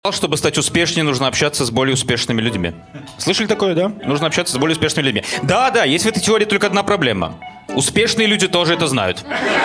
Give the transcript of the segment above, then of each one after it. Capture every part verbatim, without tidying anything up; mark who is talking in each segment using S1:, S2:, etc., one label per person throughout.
S1: Чтобы стать успешнее, нужно общаться с более успешными людьми. Слышали такое, да? Нужно общаться с более успешными людьми. Да, да, есть в этой теории только одна проблема. Успешные люди тоже это знают.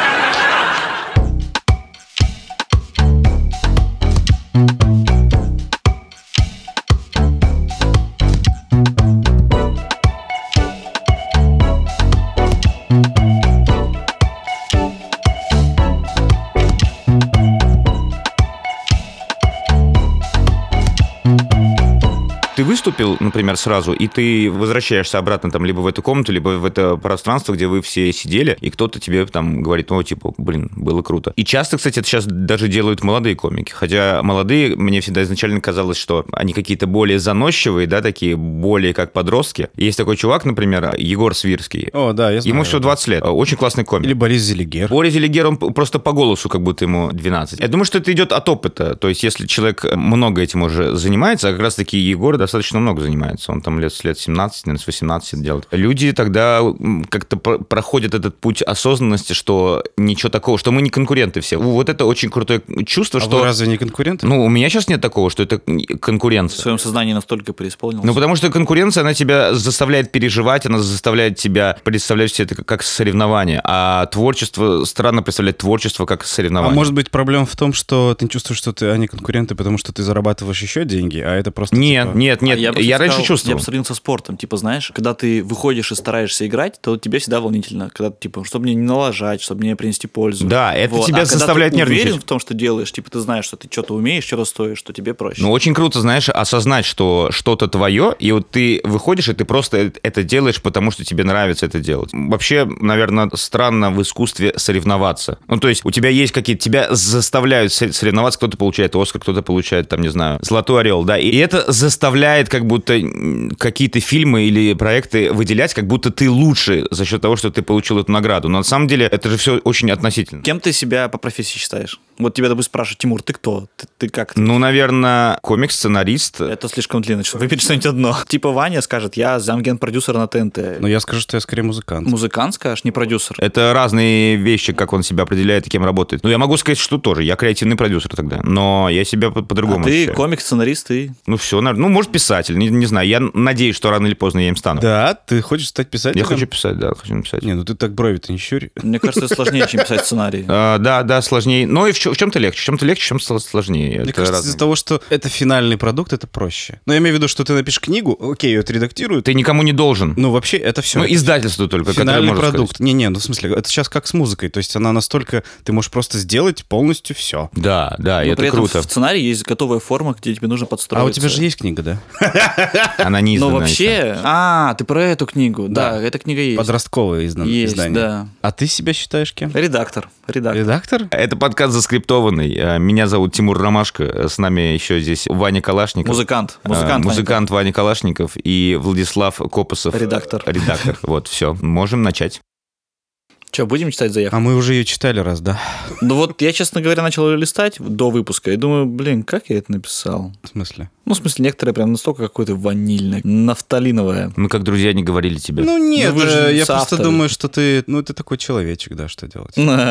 S1: Ты выступил, например, сразу, и ты возвращаешься обратно там либо в эту комнату, либо в это пространство, где вы все сидели, и кто-то тебе там говорит, ну, типа, блин, было круто. И часто, кстати, это сейчас даже делают молодые комики. Хотя молодые, мне всегда изначально казалось, что они какие-то более заносчивые, да, такие более как подростки. Есть такой чувак, например, Егор Свирский.
S2: О, да, я знаю.
S1: Ему всего двадцать лет. Очень классный комик.
S2: Или Борис Зелигер.
S1: Борис Зелигер, он просто по голосу, как будто ему двенадцать. Я думаю, что это идет от опыта. То есть, если человек много этим уже занимается, а как раз-таки Егор достаточно много занимается. Он там лет с лет семнадцать, наверное, с восемнадцати это делает. Люди тогда как-то проходят этот путь осознанности, что ничего такого, что мы не конкуренты все. Вот это очень крутое чувство,
S2: а
S1: что...
S2: вы разве не конкуренты?
S1: Ну, у меня сейчас нет такого, что это конкуренция.
S3: В своем сознании настолько преисполнился.
S1: Ну, потому что конкуренция, она тебя заставляет переживать, она заставляет тебя представлять все это как соревнование. А творчество, странно представлять творчество как соревнование.
S2: А может быть, проблема в том, что ты чувствуешь, что ты, они конкуренты, потому что ты зарабатываешь еще деньги, а это просто...
S1: Нет,
S2: типа...
S1: нет, нет.
S3: А я
S1: Я
S3: сказал,
S1: раньше чувствовал.
S3: Я бы сравнил со спортом. Типа, знаешь, когда ты выходишь и стараешься играть, то тебе всегда волнительно. Когда, типа, чтобы мне не налажать, чтобы мне принести пользу.
S1: Да, это
S3: вот.
S1: тебя
S3: а
S1: заставляет
S3: когда ты
S1: нервничать.
S3: уверен в том, что делаешь, типа, ты знаешь, что ты что-то умеешь, что-то стоишь, что тебе проще.
S1: Ну, очень круто, знаешь, осознать, что что-то твое, и вот ты выходишь, и ты просто это делаешь, потому что тебе нравится это делать. Вообще, наверное, странно в искусстве соревноваться. Ну, то есть у тебя есть какие-то... Тебя заставляют соревноваться, кто-то получает Оскар, кто-то получает, там, не знаю, Золотой орел, да, и это заставляет как будто какие-то фильмы или проекты выделять, как будто ты лучше за счет того, что ты получил эту награду. Но на самом деле это же все очень относительно.
S3: Кем ты себя по профессии считаешь? Вот тебя, допустим, спрашивают, Тимур, ты кто? Ты, ты как?
S1: Ну, наверное, комик-сценарист.
S3: Это слишком длинно, чтобы выбить что-нибудь одно. Типа Ваня скажет, я замген-продюсер на ТНТ.
S2: Но я скажу, что я скорее музыкант.
S3: Музыкант, скажешь, не продюсер.
S1: Это разные вещи, как он себя определяет и кем работает. Ну, я могу сказать, что тоже. Я креативный продюсер тогда. Но я себя по- по-другому
S3: А ты
S1: ощущаю.
S3: комик-сценарист и...
S1: Ну, все, ну, может, писатель, не, не знаю. Я надеюсь, что рано или поздно я им стану.
S2: Да, ты хочешь стать писателем?
S1: Я хочу писать, да, хочу написать.
S2: Не, ну ты так брови-то не щурь.
S3: Мне кажется, это сложнее, чем писать сценарий.
S1: А, да, да, сложнее. Но и в, чё- в чем-то легче. В чем-то легче, в чем-то сложнее.
S2: Мне
S1: Это
S2: кажется,
S1: разные.
S2: из-за того, что это финальный продукт, это проще. Но я имею в виду, что ты напишешь книгу, окей, ее отредактируют.
S1: Ты никому не должен.
S2: Ну, вообще, это все.
S1: Ну, издательство только, которое
S2: Финальный
S1: может
S2: продукт. Не-не, ну в смысле, это сейчас как с музыкой. То есть она настолько... Ты можешь просто сделать полностью все.
S1: Да, да, и
S3: Но
S1: это
S3: при этом
S1: круто.
S3: в сценарии есть готовая форма, где тебе нужно подстроиться.
S2: А у тебя же есть книга, да?
S1: Она не
S3: Но
S1: издана
S3: вообще...
S1: еще.
S3: А, ты про эту книгу. Да,
S2: Да.
S3: эта книга есть.
S2: Подростковое издан-
S3: Есть,
S2: издание.
S3: да.
S2: А ты себя считаешь кем?
S3: Редактор. Редактор.
S2: Редактор?
S1: Это подкаст заскриптованный. Меня зовут Тимур Ромашко. С нами еще здесь Ваня Калашников.
S3: Музыкант.
S1: А,
S3: Музыкант.
S1: Музыкант Ваня Калашников и Владислав Копосов.
S3: Редактор.
S1: Редактор. Вот, все. Можем начать.
S3: Что, будем читать заявку?
S2: А мы уже ее читали раз, да?
S3: Ну вот я, честно говоря, начал ее листать до выпуска и думаю, блин, как я это написал?
S2: В смысле?
S3: Ну, в смысле, некоторые прям настолько какое-то ванильное, нафталиновое.
S1: Мы как друзья не говорили тебе.
S2: Ну нет,
S3: Ну, вы же
S2: э, я
S3: соавторы.
S2: просто думаю, что ты... Ну, ты такой человечек, да, что делать?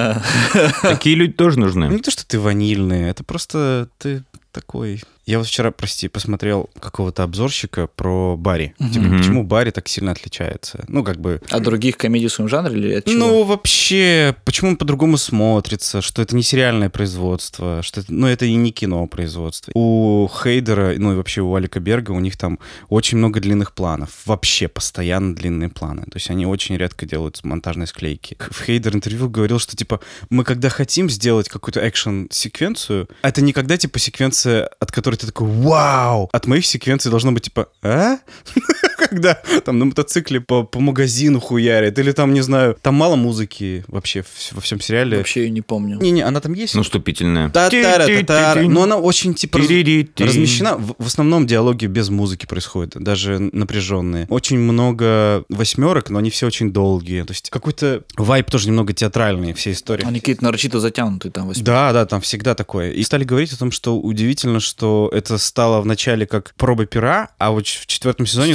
S1: Такие люди тоже нужны.
S2: Не то, что ты ванильный, это просто ты такой... Я вот вчера, прости, посмотрел какого-то обзорщика про Барри.
S3: Мгм.
S2: Типа,
S1: Мгм.
S2: почему Барри так сильно отличается? Ну, как бы...
S3: От других комедий в своем жанре или от чего?
S2: Ну, вообще, почему он по-другому смотрится, что это не сериальное производство, что это, ну, это и не кино производство. У Хейдера, ну, и вообще у Алика Берга, у них там очень много длинных планов. Вообще постоянно длинные планы. То есть они очень редко делают монтажные склейки. В Хейдер интервью говорил, что, типа, мы когда хотим сделать какую-то экшн-секвенцию, это не когда, типа, секвенция, от которой ты такой «Вау!» От моих секвенций должно быть, типа «А?» Когда там на мотоцикле по, по магазину хуярит, или там, не знаю, там мало музыки вообще в- во всем сериале.
S3: Вообще я не помню.
S2: Не-не, она там есть.
S1: Ну, вступительная.
S2: Та-та-ра-та-та-ра. Но она очень, типа, раз-
S1: Ти-ри-ри-ти.
S2: размещена. В, в основном диалоги без музыки происходят, даже напряженные. Очень много восьмерок, но они все очень долгие. То есть какой-то вайб тоже немного театральный всей истории.
S3: Они какие-то нарочито затянутые там. восьми.
S2: Да, да, там всегда такое. И стали говорить о том, что удивительно, что это стало вначале как проба пера, а вот в четвертом сезоне это
S1: Стилем.
S2: уже прям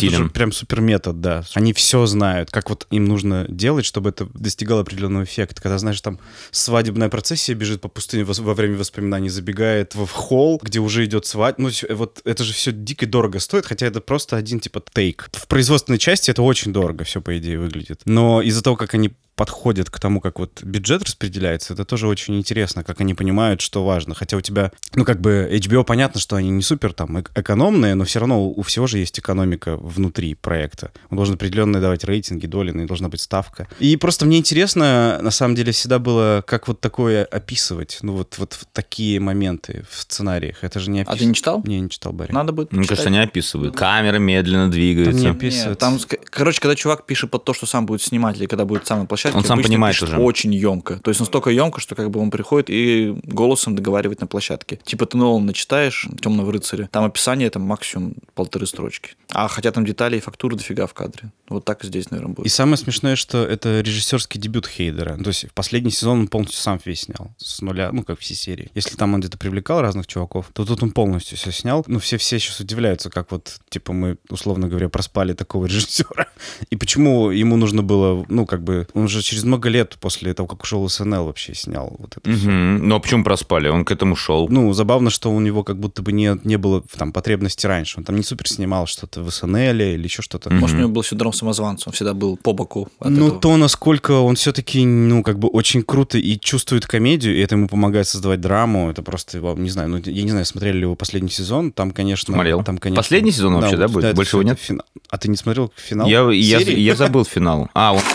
S2: прям супер метод, да. Они все знают, как вот им нужно делать, чтобы это достигало определенного эффекта. Когда, знаешь, там свадебная процессия бежит по пустыне во, во время воспоминаний, забегает в холл, где уже идет свадьба. Ну, вот это же все дико дорого стоит, хотя это просто один, типа, тейк. В производственной части это очень дорого все, по идее, выглядит. Но из-за того, как они подходят к тому, как вот бюджет распределяется, это тоже очень интересно, как они понимают, что важно. Хотя у тебя, ну, как бы, эйч би о, понятно, что они не супер там экономные, но все равно у всего же есть экономика внутри проекта. Он должен определенные давать рейтинги, доли, и должна быть ставка. И просто мне интересно, на самом деле, всегда было, как вот такое описывать, ну, вот, вот такие моменты в сценариях. Это же не описывать.
S3: А ты не читал?
S2: Не, не читал, Барри.
S3: Надо будет
S1: Мне
S3: почитать.
S1: кажется, они описывают. Камера медленно двигается.
S2: Там не
S3: Нет,
S2: описывается.
S3: там, короче, когда чувак пишет под то, что сам будет снимать, или когда будет сам на площадке,
S1: Он сам
S3: обычно
S1: понимает
S3: пишет
S1: уже.
S3: очень емко. То есть настолько емко, что как бы он приходит и голосом договаривает на площадке. Типа ты Нолана читаешь «Темного рыцаря», там описание там максимум полторы строчки. А хотя там детали и фактуры дофига в кадре. Вот так и здесь, наверное, будет.
S2: И самое смешное, что это режиссерский дебют Хейдера. То есть в последний сезон он полностью сам весь снял. С нуля, ну, как все серии. Если там он где-то привлекал разных чуваков, то тут он полностью все снял. Ну, все, все сейчас удивляются, как вот, типа, мы, условно говоря, проспали такого режиссера. И почему ему нужно было, ну, как бы, он же через много лет после того, как ушел из эс эн эл, вообще снял вот это все.
S1: Мгм. Ну, а почему проспали? Он к этому шел.
S2: Ну, забавно, что у него как будто бы не, не было там потребности раньше. Он там не супер снимал что-то в эс эн эл или еще что-то.
S3: Может, у него был синдром самозванца, он всегда был по боку от
S2: Ну,
S3: этого.
S2: то, насколько он все-таки, ну, как бы очень круто и чувствует комедию, и это ему помогает создавать драму, это просто, не знаю, ну, я не знаю, смотрели ли вы последний сезон, там, конечно...
S1: Смотрел.
S2: Там, конечно,
S1: Последний сезон вообще, да, будет?
S2: это
S1: Больше
S2: всё,
S1: его
S2: это
S1: нет?
S2: финал. А ты не смотрел финал
S1: Я, я,
S2: серии?
S1: я забыл финал. А, он...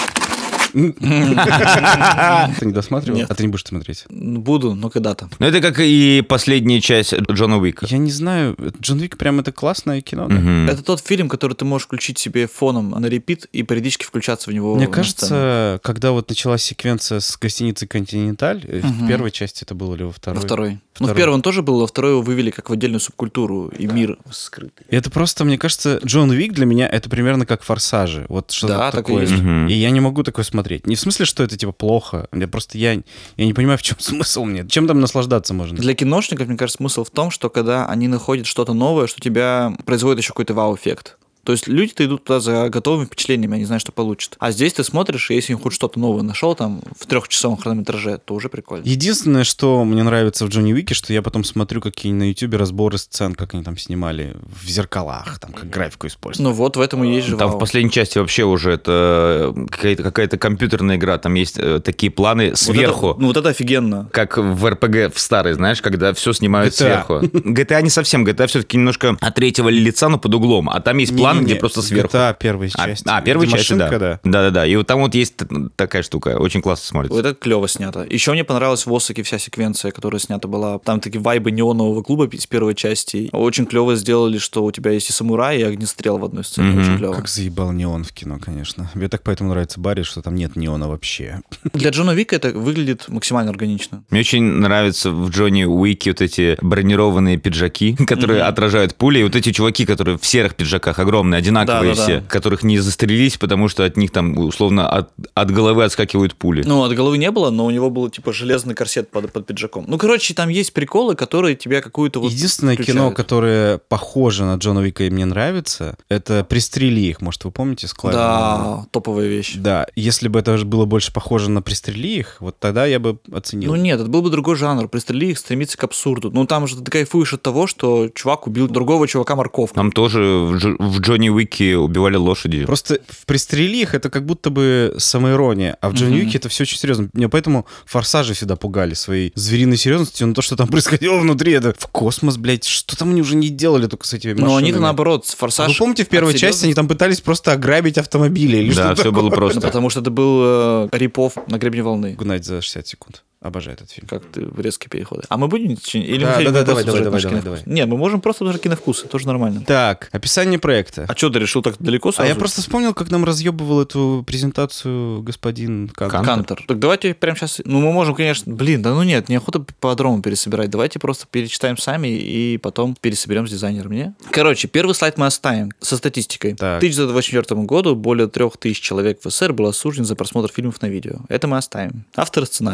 S2: Ты не досматривал?
S3: Нет.
S2: А ты не будешь смотреть?
S3: Буду, но когда-то.
S1: Ну, это как и последняя часть Джона Уика.
S2: Я не знаю, Джон Уик прям это классное кино, да?
S1: Мгм.
S3: Это тот фильм, который ты можешь включить себе фоном на репит и периодически включаться в него.
S2: Мне
S3: на
S2: кажется,
S3: сцену.
S2: когда вот началась секвенция с гостиницей «Континенталь», э, в
S3: Мгм.
S2: первой части это было или во второй?
S3: Во второй. Ну,
S2: Второй.
S3: в первом он тоже был, во второй его вывели как в отдельную субкультуру и мир скрытый.
S2: И это просто, мне кажется, Джон Уик для меня это примерно как «Форсажи». Вот что-то
S3: Да, так и
S2: такое.
S3: есть.
S1: Мгм.
S2: И я не могу такое смотреть. Не в смысле, что это типа плохо. Я просто я, я не понимаю, в чем смысл мне. Чем там наслаждаться можно?
S3: Для киношников, мне кажется, смысл в том, что когда они находят что-то новое, что тебя производит еще какой-то вау-эффект. То есть люди-то идут туда за готовыми впечатлениями, они знают, что получат. А здесь ты смотришь, и если хоть что-то новое нашел там в трехчасовом хронометраже, то уже прикольно.
S2: Единственное, что мне нравится в Джонни Уике, что я потом смотрю какие-нибудь на Ютубе разборы сцен, как они там снимали в зеркалах, там как графику используют.
S3: Ну вот, в этом и есть же
S1: Там
S3: вау.
S1: в последней части вообще уже это какая-то, какая-то компьютерная игра. Там есть э, такие планы
S3: Вот
S1: сверху.
S3: это- ну вот это офигенно.
S1: Как в эр пи джи в старой, знаешь, когда все снимают
S2: джи ти эй.
S1: сверху. джи ти эй не совсем, джи ти эй все-таки немножко от третьего лица, но под углом. А там есть план,
S2: Не-не-не,
S1: где просто сверху.
S2: джи ти эй первой
S1: А,
S2: части.
S1: а, первой
S2: Где
S1: части,
S2: машинка,
S1: да. Да-да-да. И вот там вот есть т- такая штука. Очень классно смотрится.
S3: Вот это клево снято. Еще мне понравилась в Осаке вся секвенция, которая снята была. Там такие вайбы неонового клуба из первой части. Очень клево сделали, что у тебя есть и самурай, и огнестрел в одной сцене.
S1: Мгм.
S3: Очень клево.
S2: Как заебал неон в кино, конечно. Мне так поэтому нравится Барри, что там нет неона вообще.
S3: Для Джона Вика это выглядит максимально органично.
S1: Мне очень нравятся в Джонни Уике вот эти бронированные пиджаки, которые отражают пули. И вот эти чуваки, которые в серых пиджаках, огромные, одинаковые
S3: Да-да-да.
S1: все, которых не застрелились, потому что от них там условно от, от головы отскакивают пули.
S3: Ну, от головы не было, но у него был типа железный корсет под, под пиджаком. Ну, короче, там есть приколы, которые тебя какую-то вот
S2: Единственное кино,
S3: включают.
S2: которое похоже на Джона Уика и мне нравится, это «Пристрели их». Может, вы помните? С Клайвом Оуэном?
S3: Да, топовая вещь.
S2: Да, если бы это было больше похоже на «Пристрели их», вот тогда я бы оценил.
S3: Ну нет, это был бы другой жанр. Пристрели их, стремится к абсурду. Ну там же ты кайфуешь от того, что чувак убил другого чувака морковкой.
S1: Там тоже в, Дж- в Джонни Уике убивали лошади.
S2: Просто в «Пристрели их» это как будто бы самоирония, а в Джонни
S3: Мгм.
S2: Уике это все очень серьезно. Меня поэтому «Форсажи» всегда пугали своей звериной серьезностью, но то, что там происходило внутри, это в космос, блядь, что там они уже не делали только с этими машинами.
S3: Но они-то наоборот,
S2: А
S3: форсаж.
S2: вы помните, в первой
S3: от
S2: части
S3: серьезности-
S2: они там пытались просто ограбить автомобили или
S1: Да,
S2: что-то
S1: все было
S2: такое?
S1: просто.
S3: Потому что это был э, рипов на гребне волны.
S2: Гнать за шестьдесят секунд. Обожаю этот фильм.
S3: Как ты резкие переходы. А мы будем... Или
S2: Да,
S3: мы хотим
S2: да, да,
S3: просто
S2: давай,
S3: обсуждать
S2: давай,
S3: наши
S2: давай,
S3: киновкусы?
S2: давай.
S3: Не, мы можем просто обсуждать киновкусы, тоже нормально.
S2: Так, описание проекта.
S3: А что, ты решил так далеко сразу?
S2: А я просто вспомнил, как нам разъебывал эту презентацию господин Кантер.
S1: Кантер.
S3: Кантер. Так давайте прямо сейчас... Ну, мы можем, конечно... Блин, да ну нет, неохота по дрому пересобирать. Давайте просто перечитаем сами и потом пересоберем с дизайнером, не? Короче, первый слайд мы оставим со статистикой.
S2: Так.
S3: К тысяча девятьсот восемьдесят четвёртому году более трех тысяч человек в СССР было осуждено за просмотр фильмов на видео. Это мы оставим. Авторы сценария.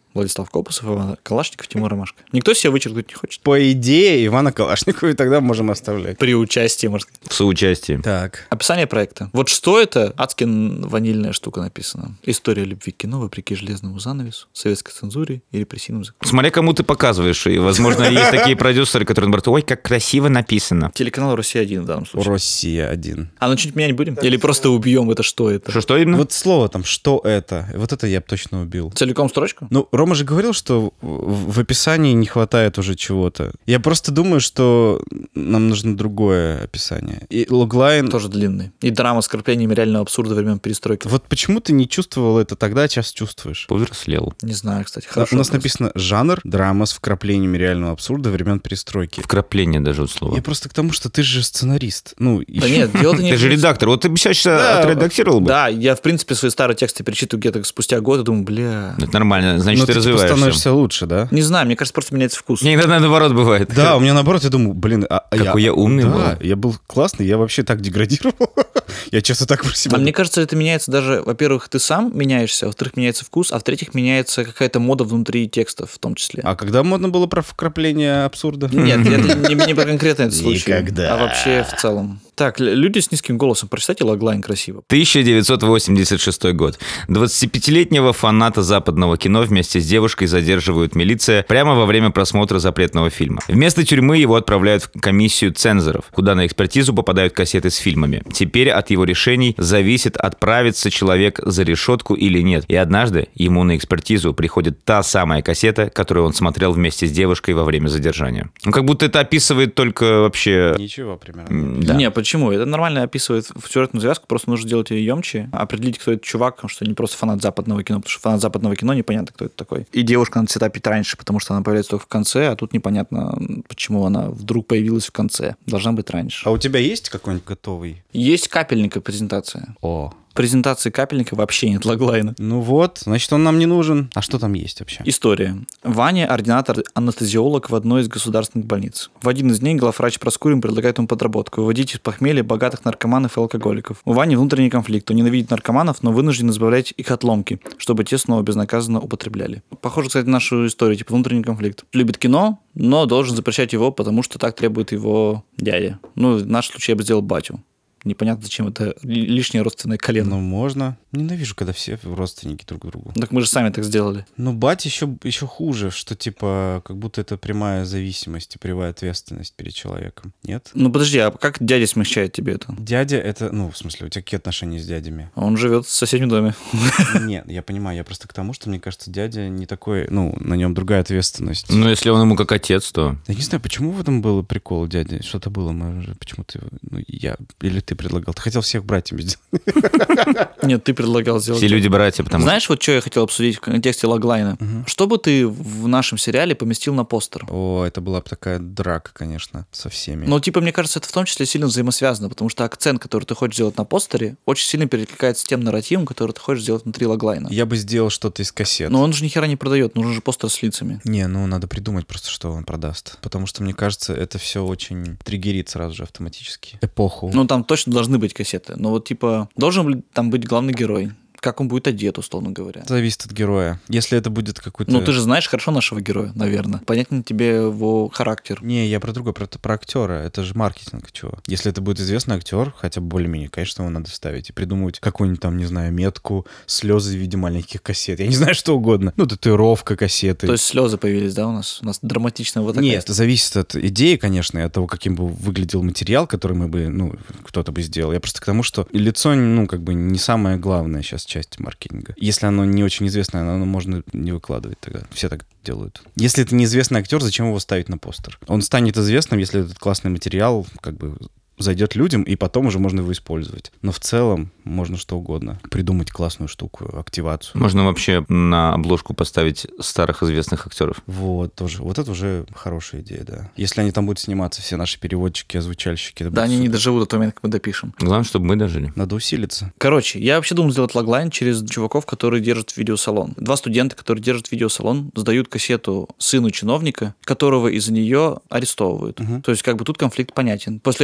S3: Владислав Копосов, Иван Калашников, Тимур Ромашко. Никто себя вычеркнуть не хочет.
S2: По идее, Ивана Калашникова и тогда можем оставлять.
S3: При участии, можно сказать.
S1: В соучастии.
S2: Так.
S3: Описание проекта. Вот что это? Адски ванильная штука написана. История любви к кино вопреки железному занавесу, советской цензуре и репрессивным законам.
S1: Смотри, кому ты показываешь. И, возможно, есть такие продюсеры, которые говорят, ой, как красиво написано.
S3: Телеканал «Россия один» в данном случае.
S2: Россия один.
S3: А ну чуть менять будем? Или просто убьем? Это что это?
S1: Что, что именно?
S2: Вот слово там, что это? Вот это я бы точно убил.
S3: Целиком строчку?
S2: Ну, Рома же говорил, что в в описании не хватает уже чего-то. Я просто думаю, что нам нужно другое описание. И логлайн...
S3: Тоже длинный. И драма с краплениями реального абсурда времен перестройки.
S2: Вот почему ты не чувствовал это тогда, а сейчас чувствуешь?
S1: Повзрослел.
S3: Не знаю, кстати.
S2: Да,
S3: Хорошо.
S2: у нас
S3: вопрос.
S2: написано «жанр, драма с вкраплениями реального абсурда времен перестройки».
S1: Вкрапление даже вот слово.
S2: Я просто к тому, что ты же сценарист. Ну,
S3: Да
S2: еще-
S3: нет, дело-то не...
S1: Ты же
S3: в-
S1: редактор. Вот ты бы сейчас
S2: Да.
S1: отредактировал бы.
S3: Да, я, в принципе, свои старые тексты перечитываю где-то спустя год и думаю, бля...
S1: Это нормально, значит,
S2: Ну,
S1: ты
S2: ты типа
S1: развиваешься.
S2: становишься лучше, да?
S3: Не знаю, мне кажется, просто меняется вкус.
S1: Не, иногда наоборот бывает.
S2: Да, у меня наоборот, я думаю, блин, а а
S1: Какой я умный
S2: Да,
S1: был.
S2: я был классный, я вообще так деградировал. Я часто так про себя...
S3: А мне кажется, это меняется даже, во-первых, ты сам меняешься, во-вторых, меняется вкус, а в-третьих, меняется какая-то мода внутри текстов в том числе.
S2: А когда модно было про вкрапление абсурда?
S3: Нет, это не, не про конкретно этот случай,
S2: Никогда.
S3: а вообще в целом. Так, л- люди с низким голосом, прочитайте логлайн красиво.
S1: тысяча девятьсот восемьдесят шестой год. двадцатипятилетнего фаната западного кино вместе с девушкой задерживают милиция прямо во время просмотра запретного фильма. Вместо тюрьмы его отправляют в комиссию цензоров, куда на экспертизу попадают кассеты с фильмами. Теперь от его решений зависит, отправится человек за решетку или нет. И однажды ему на экспертизу приходит та самая кассета, которую он смотрел вместе с девушкой во время задержания. Ну, как будто это описывает только вообще...
S2: Ничего примерно.
S1: м, Да.
S3: Не, почему? Это нормально описывает в сюжетную завязку, просто нужно сделать ее емче, определить, кто этот чувак, потому что не просто фанат западного кино, потому что фанат западного кино непонятно, кто это такой. И девушка надо сетапить раньше, потому что она появляется только в конце, а тут непонятно, почему она вдруг появилась в конце. Должна быть раньше.
S2: А у тебя есть какой-нибудь готовый?
S3: Есть капельника презентация.
S2: О.
S3: Презентации капельника вообще нет логлайна.
S2: Ну вот, значит, он нам не нужен. А что там есть вообще?
S3: История. Ваня – ординатор-анестезиолог в одной из государственных больниц. В один из дней главврач Проскурин предлагает ему подработку – выводить из похмелья богатых наркоманов и алкоголиков. У Вани внутренний конфликт. Он ненавидит наркоманов, но вынужден избавлять их от ломки, чтобы те снова безнаказанно употребляли. Похоже, кстати, на нашу историю, типа внутренний конфликт. Любит кино, но должен запрещать его, потому что так требует его дядя. Ну, в нашем случае я бы сделал батю. Непонятно, зачем это ли- лишнее родственное колено.
S2: Ну, можно. Ненавижу, когда все родственники друг другу.
S3: Так мы же сами так сделали.
S2: Ну, бать еще, еще хуже, что, типа, как будто это прямая зависимость и прямая ответственность перед человеком. Нет?
S3: Ну, подожди, а как дядя смягчает тебе это?
S2: Дядя это, ну, в смысле, у тебя какие отношения с дядями?
S3: Он живет в соседнем доме.
S2: Нет, я понимаю, я просто к тому, что, мне кажется, дядя не такой, ну, на нем другая ответственность.
S1: Ну, если он ему как отец, то...
S2: Я не знаю, почему в этом был прикол дяди? Что-то было, мы уже почему-то... Ну, я... Или ты предлагал? Ты хотел всех братьями сделать?
S3: Нет, ты предлагал сделать.
S1: Все люди братья, потому что...
S3: Знаешь, вот что я хотел обсудить в контексте логлайна? Что бы ты в нашем сериале поместил на постер?
S2: О, это была бы такая драка, конечно, со всеми.
S3: Но, типа, мне кажется, это в том числе сильно взаимосвязано, потому что акцент, который ты хочешь сделать на постере, очень сильно перекликается с тем нарративом, который ты хочешь сделать внутри логлайна.
S2: Я бы сделал что-то из кассет.
S3: Но он же ни хера не продает, нужен же постер с лицами.
S2: Не, ну надо придумать просто, что он продаст. Потому что, мне кажется, это все очень триггерит сразу же автоматически. Эпоху.
S3: Ну, там точно должны быть кассеты. Но вот, типа, должен ли там быть главный герой? Как он будет одет, условно говоря.
S2: Зависит от героя. Если это будет какой-то...
S3: Ну, ты же знаешь хорошо нашего героя, наверное. Понятен тебе его характер.
S2: Не, я про другое, про, про актера. Это же маркетинг, чего. Если это будет известный актер, хотя бы более-менее, конечно, его надо ставить. И придумывать какую-нибудь там, не знаю, метку, слезы в виде маленьких кассет. Я не знаю, что угодно. Ну, татуировка кассеты.
S3: То есть слезы появились, да, у нас? У нас драматично вот такая.
S2: Нет, это зависит от идеи, конечно, и от того, каким бы выглядел материал, который мы бы, ну, кто-то бы сделал. Я просто к тому, что лицо, ну, как бы не самая главная сейчас часть маркетинга. Если оно не очень известное, оно можно не выкладывать тогда. Все так делают. Если это неизвестный актер, зачем его ставить на постер? Он станет известным, если этот классный материал, как бы, зайдет людям, и потом уже можно его использовать. Но в целом можно что угодно. Придумать классную штуку, активацию.
S1: Можно вообще на обложку поставить старых известных актеров.
S2: Вот, тоже. Вот это уже хорошая идея, да. Если они там будут сниматься, все наши переводчики, озвучальщики. это
S3: Да,
S2: будет
S3: они не
S2: супер.
S3: доживут до того момента, как мы допишем.
S1: Главное, чтобы мы дожили.
S2: Надо усилиться.
S3: Короче, я вообще думал сделать логлайн через чуваков, которые держат видеосалон. Два студента, которые держат видеосалон, сдают кассету сыну чиновника, которого из-за нее арестовывают.
S2: Мгм.
S3: То есть как бы тут конфликт понятен. После этого полиция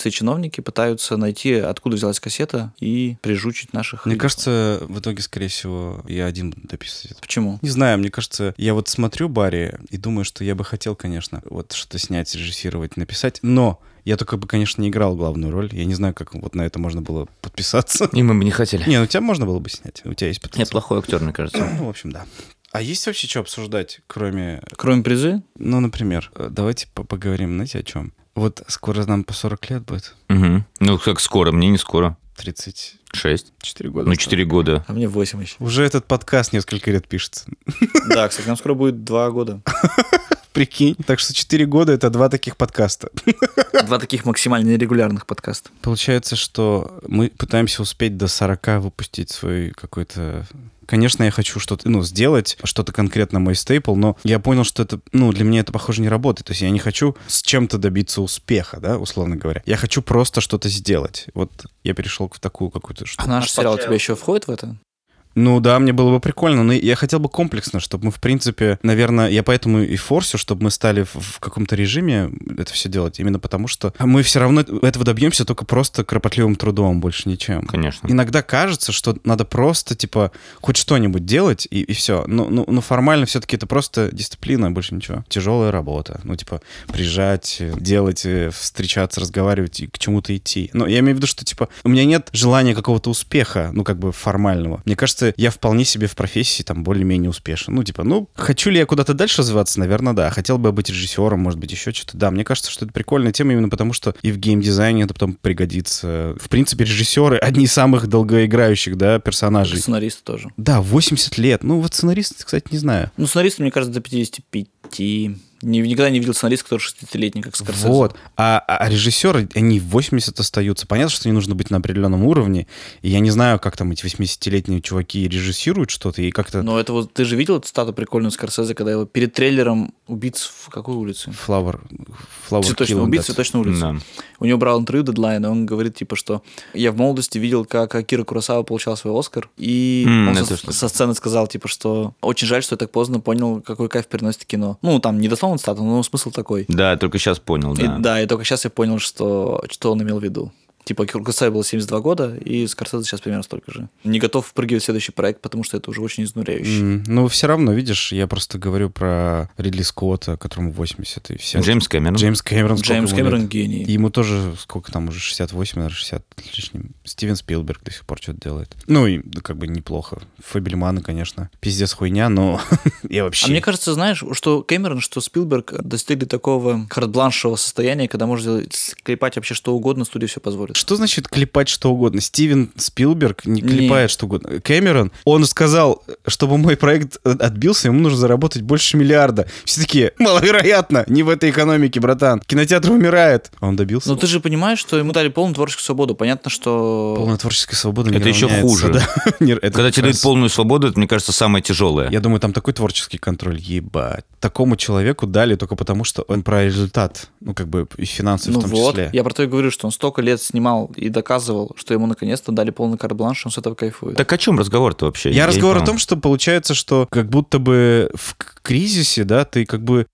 S3: полиция и чиновники пытаются найти, откуда взялась кассета, и прижучить наших...
S2: Мне кажется, в итоге, скорее всего, я один буду дописывать.
S3: Почему?
S2: Не знаю, мне кажется, я вот смотрю Барри и думаю, что я бы хотел, конечно, вот что-то снять, режиссировать, написать, но я только бы, конечно, не играл главную роль. Я не знаю, как вот на это можно было подписаться.
S1: И мы бы не хотели.
S2: Не, ну тебя можно было бы снять. У тебя есть потенциал.
S1: Я плохой актер, мне кажется.
S2: Ну, в общем, да. А есть вообще что обсуждать, кроме...
S3: Кроме призы?
S2: Ну, например, давайте поговорим, знаете, о чем? Вот скоро нам по сорок лет будет.
S1: Угу. Ну, как скоро? Мне не скоро.
S2: тридцать
S1: Шесть.
S2: четыре года.
S1: Ну, четыре года.
S3: А мне восемь еще.
S2: Уже этот подкаст несколько лет пишется.
S3: Да, кстати, нам скоро будет два года.
S2: Прикинь. Так что четыре года — это два таких подкаста.
S3: Два таких максимально нерегулярных подкаста.
S2: Получается, что мы пытаемся успеть до сорока выпустить свой какой-то... Конечно, я хочу что-то, ну, сделать, что-то конкретно мой стейпл, но я понял, что это, ну, для меня это, похоже, не работает. То есть я не хочу с чем-то добиться успеха, да, условно говоря. Я хочу просто что-то сделать. Вот я перешел в такую какую-то штуку.
S3: А наш сериал у тебя еще входит в это?
S2: Ну да, мне было бы прикольно, но я хотел бы комплексно, чтобы мы, в принципе, наверное, я поэтому и форсю, чтобы мы стали в, в каком-то режиме это все делать, именно потому что мы все равно этого добьемся только просто кропотливым трудом, больше ничем.
S1: Конечно.
S2: Иногда кажется, что надо просто, типа, хоть что-нибудь делать, и, и все. Но, но, но формально все-таки это просто дисциплина, больше ничего. Тяжелая работа. Ну, типа, приезжать, делать, встречаться, разговаривать и к чему-то идти. Но я имею в виду, что, типа, у меня нет желания какого-то успеха, ну, как бы формального. Мне кажется, я вполне себе в профессии там более-менее успешен. Ну, типа, ну, хочу ли я куда-то дальше развиваться? Наверное, да. Хотел бы я быть режиссером, может быть, еще что-то. Да, мне кажется, что это прикольная тема именно потому, что и в геймдизайне это потом пригодится. В принципе, режиссеры — одни из самых долгоиграющих, да, персонажей.
S3: Сценаристы тоже.
S2: Да, восемьдесят лет. Ну, вот сценаристы, кстати, не знаю.
S3: Ну, сценаристы, мне кажется, до пятидесяти пяти. Не, никогда не видел сценариста, который шестидесятилетний, как Скорсезе.
S2: Вот. А, а, а режиссеры, они в восемьдесят остаются. Понятно, что не нужно быть на определенном уровне. И я не знаю, как там эти восьмидесятилетние чуваки режиссируют что-то и как-то...
S3: Но это вот... Ты же видел эту стату прикольную Скорсезе, когда его перед трейлером убийц в какой улице?
S2: Флауэр... Флауэр
S3: Цветочная
S2: Killing,
S3: убийца,
S2: да.
S3: цветочная улица.
S1: Да.
S3: У него брал интервью Дедлайн, и он говорит, типа, что я в молодости видел, как Акира Куросава получал свой Оскар, и
S1: М,
S3: он
S1: это
S3: со,
S1: что?
S3: со сцены сказал, типа, что очень жаль, что я так поздно понял, какой кайф переносит кино. Ну, там, не дословно цитата, но смысл такой.
S1: Да, только сейчас понял,
S3: И,
S1: да.
S3: да, и только сейчас я понял, что, что он имел в виду. Типа, Куросаве было семьдесят два года, и Скорсезе сейчас примерно столько же. Не готов впрыгивать в следующий проект, потому что это уже очень изнуряюще.
S2: М, Ну, все равно, видишь, я просто говорю про Ридли Скотта, которому восемьдесят, и все.
S1: Джеймс Кэмерон.
S2: Джеймс Кэмерон. сколько
S3: Джеймс
S2: ему
S3: Кэмерон
S2: лет?
S3: гений.
S2: И ему тоже, сколько там, уже шестьдесят восемь, наверное, шестьдесят с лишним. Стивен Спилберг до сих пор что-то делает. Ну, и да, как бы неплохо. Фабельманы, конечно. Пиздец хуйня, но я вообще...
S3: А мне кажется, знаешь, что Кэмерон, что Спилберг достигли такого карт-бланшевого состояния, когда можно делать, клепать вообще что угодно, студия все позволит.
S2: Что значит клепать что угодно? Стивен Спилберг не
S3: Не.
S2: клепает что угодно. Кэмерон, он сказал, чтобы мой проект отбился, ему нужно заработать больше миллиарда. Все такие, маловероятно, не в этой экономике, братан. Кинотеатр умирает. А он добился.
S3: Но ты же понимаешь, что ему дали полную творческую свободу. Понятно, что...
S2: Полная творческая свобода не
S1: Это еще
S2: равняется,
S1: хуже.
S2: да. Не- это
S1: Когда
S2: как
S1: тебе дают
S2: раз-
S1: полную свободу, это, мне кажется, самое тяжелое.
S2: Я думаю, там такой творческий контроль, ебать. Такому человеку дали только потому, что он про результат, ну, как бы, и финансы
S3: Ну
S2: в том
S3: вот,
S2: числе.
S3: я про то и говорю, что он столько лет снимал и доказывал, что ему наконец-то дали полный карт-бланш, он с этого кайфует.
S1: Так о чем разговор-то вообще?
S2: Я
S1: не
S2: разговор о
S1: понял.
S2: том, что получается, что как будто бы в к- кризисе, да, ты как бы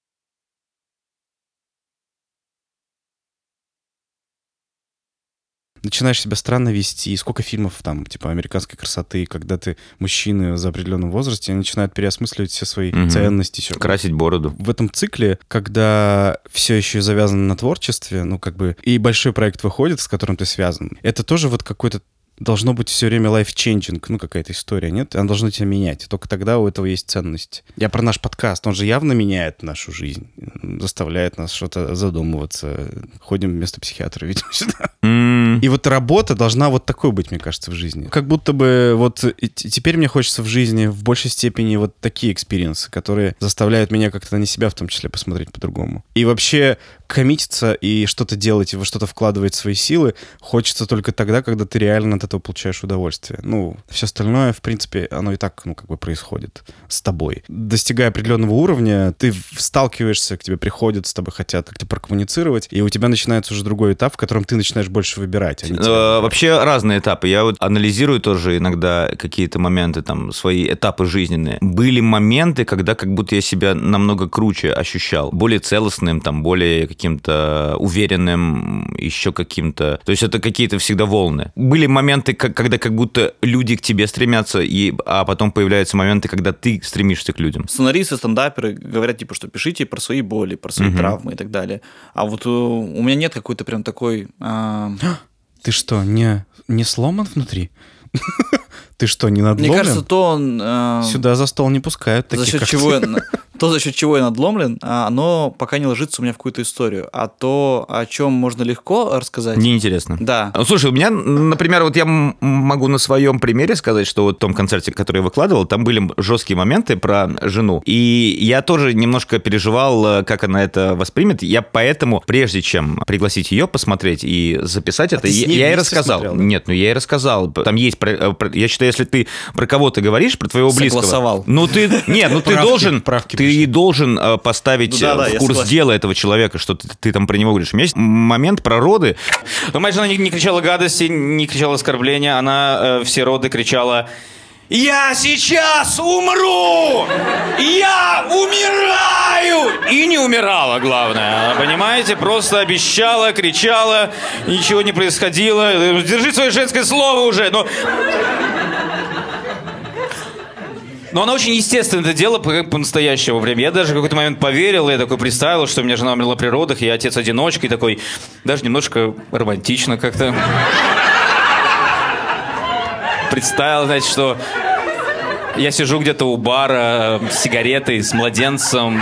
S2: начинаешь себя странно вести. Сколько фильмов там, типа, американской красоты, когда ты мужчины за определенном возрасте, они начинают переосмысливать все свои
S1: Мгм.
S2: ценности. Всё.
S1: Красить бороду.
S2: В этом цикле, когда все еще завязано на творчестве, ну, как бы, и большой проект выходит, с которым ты связан, это тоже вот какой-то должно быть все время life-changing, ну, какая-то история, нет? Она должна тебя менять. Только тогда у этого есть ценность. Я про наш подкаст. Он же явно меняет нашу жизнь. Заставляет нас что-то задумываться. Ходим вместо психиатра, видимо, сюда.
S1: М,
S2: И вот работа должна вот такой быть, мне кажется, в жизни. Как будто бы вот и т- теперь мне хочется в жизни в большей степени вот такие экспириенсы, которые заставляют меня как-то на себя в том числе посмотреть по-другому. И вообще коммититься и что-то делать, и во что-то вкладывать свои силы хочется только тогда, когда ты реально от этого получаешь удовольствие. Ну, все остальное, в принципе, оно и так, ну, как бы происходит с тобой. Достигая определенного уровня, ты в- сталкиваешься, к тебе приходят, с тобой хотят как-то прокоммуницировать, и у тебя начинается уже другой этап, в котором ты начинаешь больше выбирать. а не тебя
S1: э,
S2: выбирать.
S1: Вообще разные этапы. Я вот анализирую тоже иногда какие-то моменты, там, свои этапы жизненные. Были моменты, когда как будто я себя намного круче ощущал. Более целостным, там, более каким-то каким-то уверенным, еще каким-то. То есть это какие-то всегда волны. Были моменты, когда как будто люди к тебе стремятся, и, а потом появляются моменты, когда ты стремишься к людям.
S3: Сценаристы, стендаперы говорят, типа, что пишите про свои боли, про свои угу. травмы и так далее. А вот у, у меня нет какой-то прям такой... А...
S2: Ты что, не, не сломан внутри? Ты что, не надломлен?
S3: Мне кажется, то он... Э...
S2: Сюда за стол не пускают таких,
S3: за счет чего я, то, за счет чего я надломлен, оно пока не ложится у меня в какую-то историю. А то, о чем можно легко рассказать...
S1: Неинтересно.
S3: Да.
S1: Слушай, у меня, например, вот я могу на своем примере сказать, что вот в том концерте, который я выкладывал, там были жесткие моменты про жену. И я тоже немножко переживал, как она это воспримет. Я поэтому, прежде чем пригласить ее посмотреть и записать а это, я, я ей рассказал. Смотрел, да? Нет, ну я ей рассказал. Там есть... Я считаю, если ты про кого-то говоришь, про твоего близкого...
S3: Согласовал.
S1: Ну ты... Нет, ну ты должен... Ты и должен э, поставить
S3: ну, да, да,
S1: в курс дела этого человека, что ты, ты там про него говоришь. У меня есть момент про роды.
S4: Но моя жена не, не кричала гадости, не кричала оскорбления. Она э, все роды кричала: «Я сейчас умру! Я умираю!» И не умирала, главное. Понимаете? Просто обещала, кричала, ничего не происходило. Держи свое женское слово уже. Но... Но она очень естественно это делала по-настоящему время. Я даже в какой-то момент поверил, я такой представил, что у меня жена умерла при родах, я отец-одиночка, и такой, даже немножко романтично как-то. Представил, значит, что я сижу где-то у бара с сигаретой, с младенцем.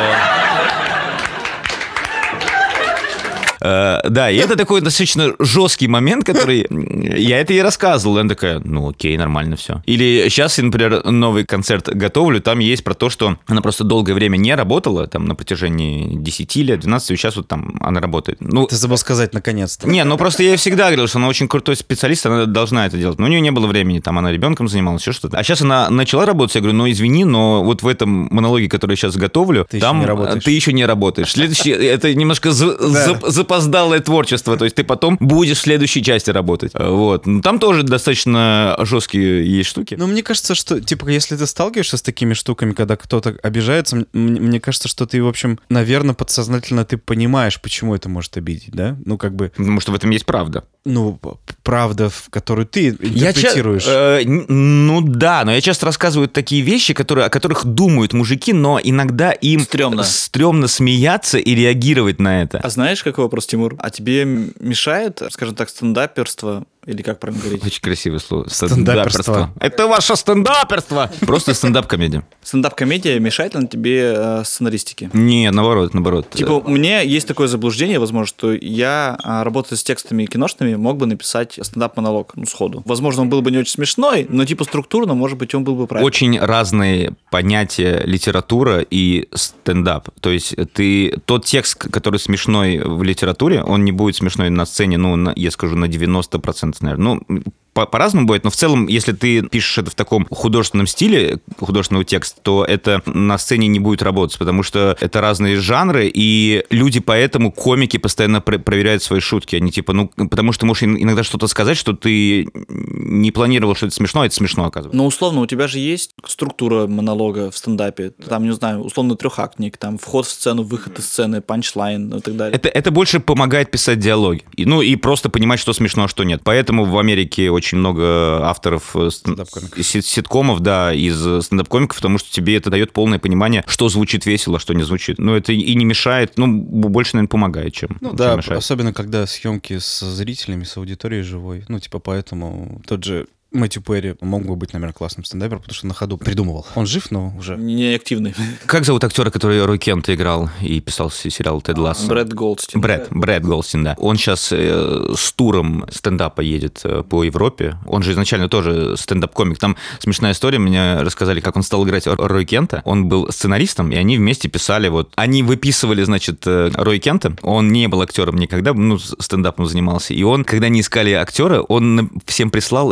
S1: Uh, да, и это такой достаточно жесткий момент, который я это ей рассказывал. И она такая, ну окей, нормально все. Или сейчас я, например, новый концерт готовлю, там есть про то, что она просто долгое время не работала, там на протяжении десяти лет, двенадцати, и сейчас вот там она работает. Ну,
S2: ты забыл сказать наконец-то.
S1: Не, ну просто я ей всегда говорил, что она очень крутой специалист, она должна это делать. Но у нее не было времени, там она ребенком занималась, еще что-то. А сейчас она начала работать, я говорю, ну извини, но вот в этом монологе, который я сейчас готовлю,
S2: ты
S1: там
S2: еще
S1: ты еще не работаешь. Следующий, это немножко запоздалое творчество, то есть ты потом будешь в следующей части работать. Вот. Ну, там тоже достаточно жесткие есть штуки.
S2: Ну, мне кажется, что, типа, если ты сталкиваешься с такими штуками, когда кто-то обижается, мне кажется, что ты, в общем, наверное, подсознательно ты понимаешь, почему это может обидеть, да? Ну, как бы...
S1: Потому что в этом есть правда.
S2: Ну, правда, в которую ты интерпретируешь.
S1: Я, э, ну да, но я часто рассказываю такие вещи, которые, о которых думают мужики, но иногда им
S3: стрёмно.
S1: стрёмно смеяться и реагировать на это.
S3: А знаешь, какой вопрос, Тимур? А тебе мешает, скажем так, стендаперство? Или как правильно говорить?
S1: Очень красивое слово.
S2: Стендаперство.
S1: Это ваше стендаперство! Просто стендап-комедия.
S3: Стендап-комедия мешает ли она тебе э, сценаристике?
S1: Не, наоборот, наоборот.
S3: Типа, у меня есть такое заблуждение, возможно, что я, работая с текстами киношными, мог бы написать стендап-монолог, ну, сходу. Возможно, он был бы не очень смешной, но типа структурно, может быть, он был бы правильный.
S1: Очень разные понятия литература и стендап. То есть ты тот текст, который смешной в литературе, он не будет смешной на сцене, ну, на, я скажу, на девяносто процентов, наверное. Ну, по- по-разному будет, но в целом, если ты пишешь это в таком художественном стиле, художественный текст, то это на сцене не будет работать, потому что это разные жанры, и люди поэтому, комики, постоянно пр- проверяют свои шутки. Они типа, ну, потому что ты можешь иногда что-то сказать, что ты не планировал, что это смешно, а это смешно, оказывается.
S3: Но условно, у тебя же есть структура монолога в стендапе, там, не знаю, условно трехактник, там, вход в сцену, выход из сцены, панчлайн и так далее.
S1: Это, это больше помогает писать диалоги. И, ну, и просто понимать, что смешно, а что нет. Поэтому в Америке очень много авторов сит- ситкомов, да, из стендап-комиков, потому что тебе это дает полное понимание, что звучит весело, а что не звучит. Но это и не мешает, ну, больше, наверное, помогает, чем,
S2: ну,
S1: чем
S2: да,
S1: мешает.
S2: Особенно, когда съемки с зрителями, с аудиторией живой. Ну, типа, поэтому тот же Мэтью Перри мог бы быть, наверное, классным стендапером, потому что на ходу придумывал. Он жив, но уже...
S3: Не активный.
S1: Как зовут актера, который Рой Кента играл и писал сериал «Тед Лассо»?
S3: Брэд Голдстин.
S1: Брэд, Брэд Голдстин, да. Он сейчас э, с туром стендапа едет э, по Европе. Он же изначально тоже стендап-комик. Там смешная история. Мне рассказали, как он стал играть Рой Кента. Он был сценаристом, и они вместе писали вот... Они выписывали, значит, э, Рой Кента. Он не был актером никогда, ну, стендапом занимался. И он, когда не искали актера, он всем прислал: ребят,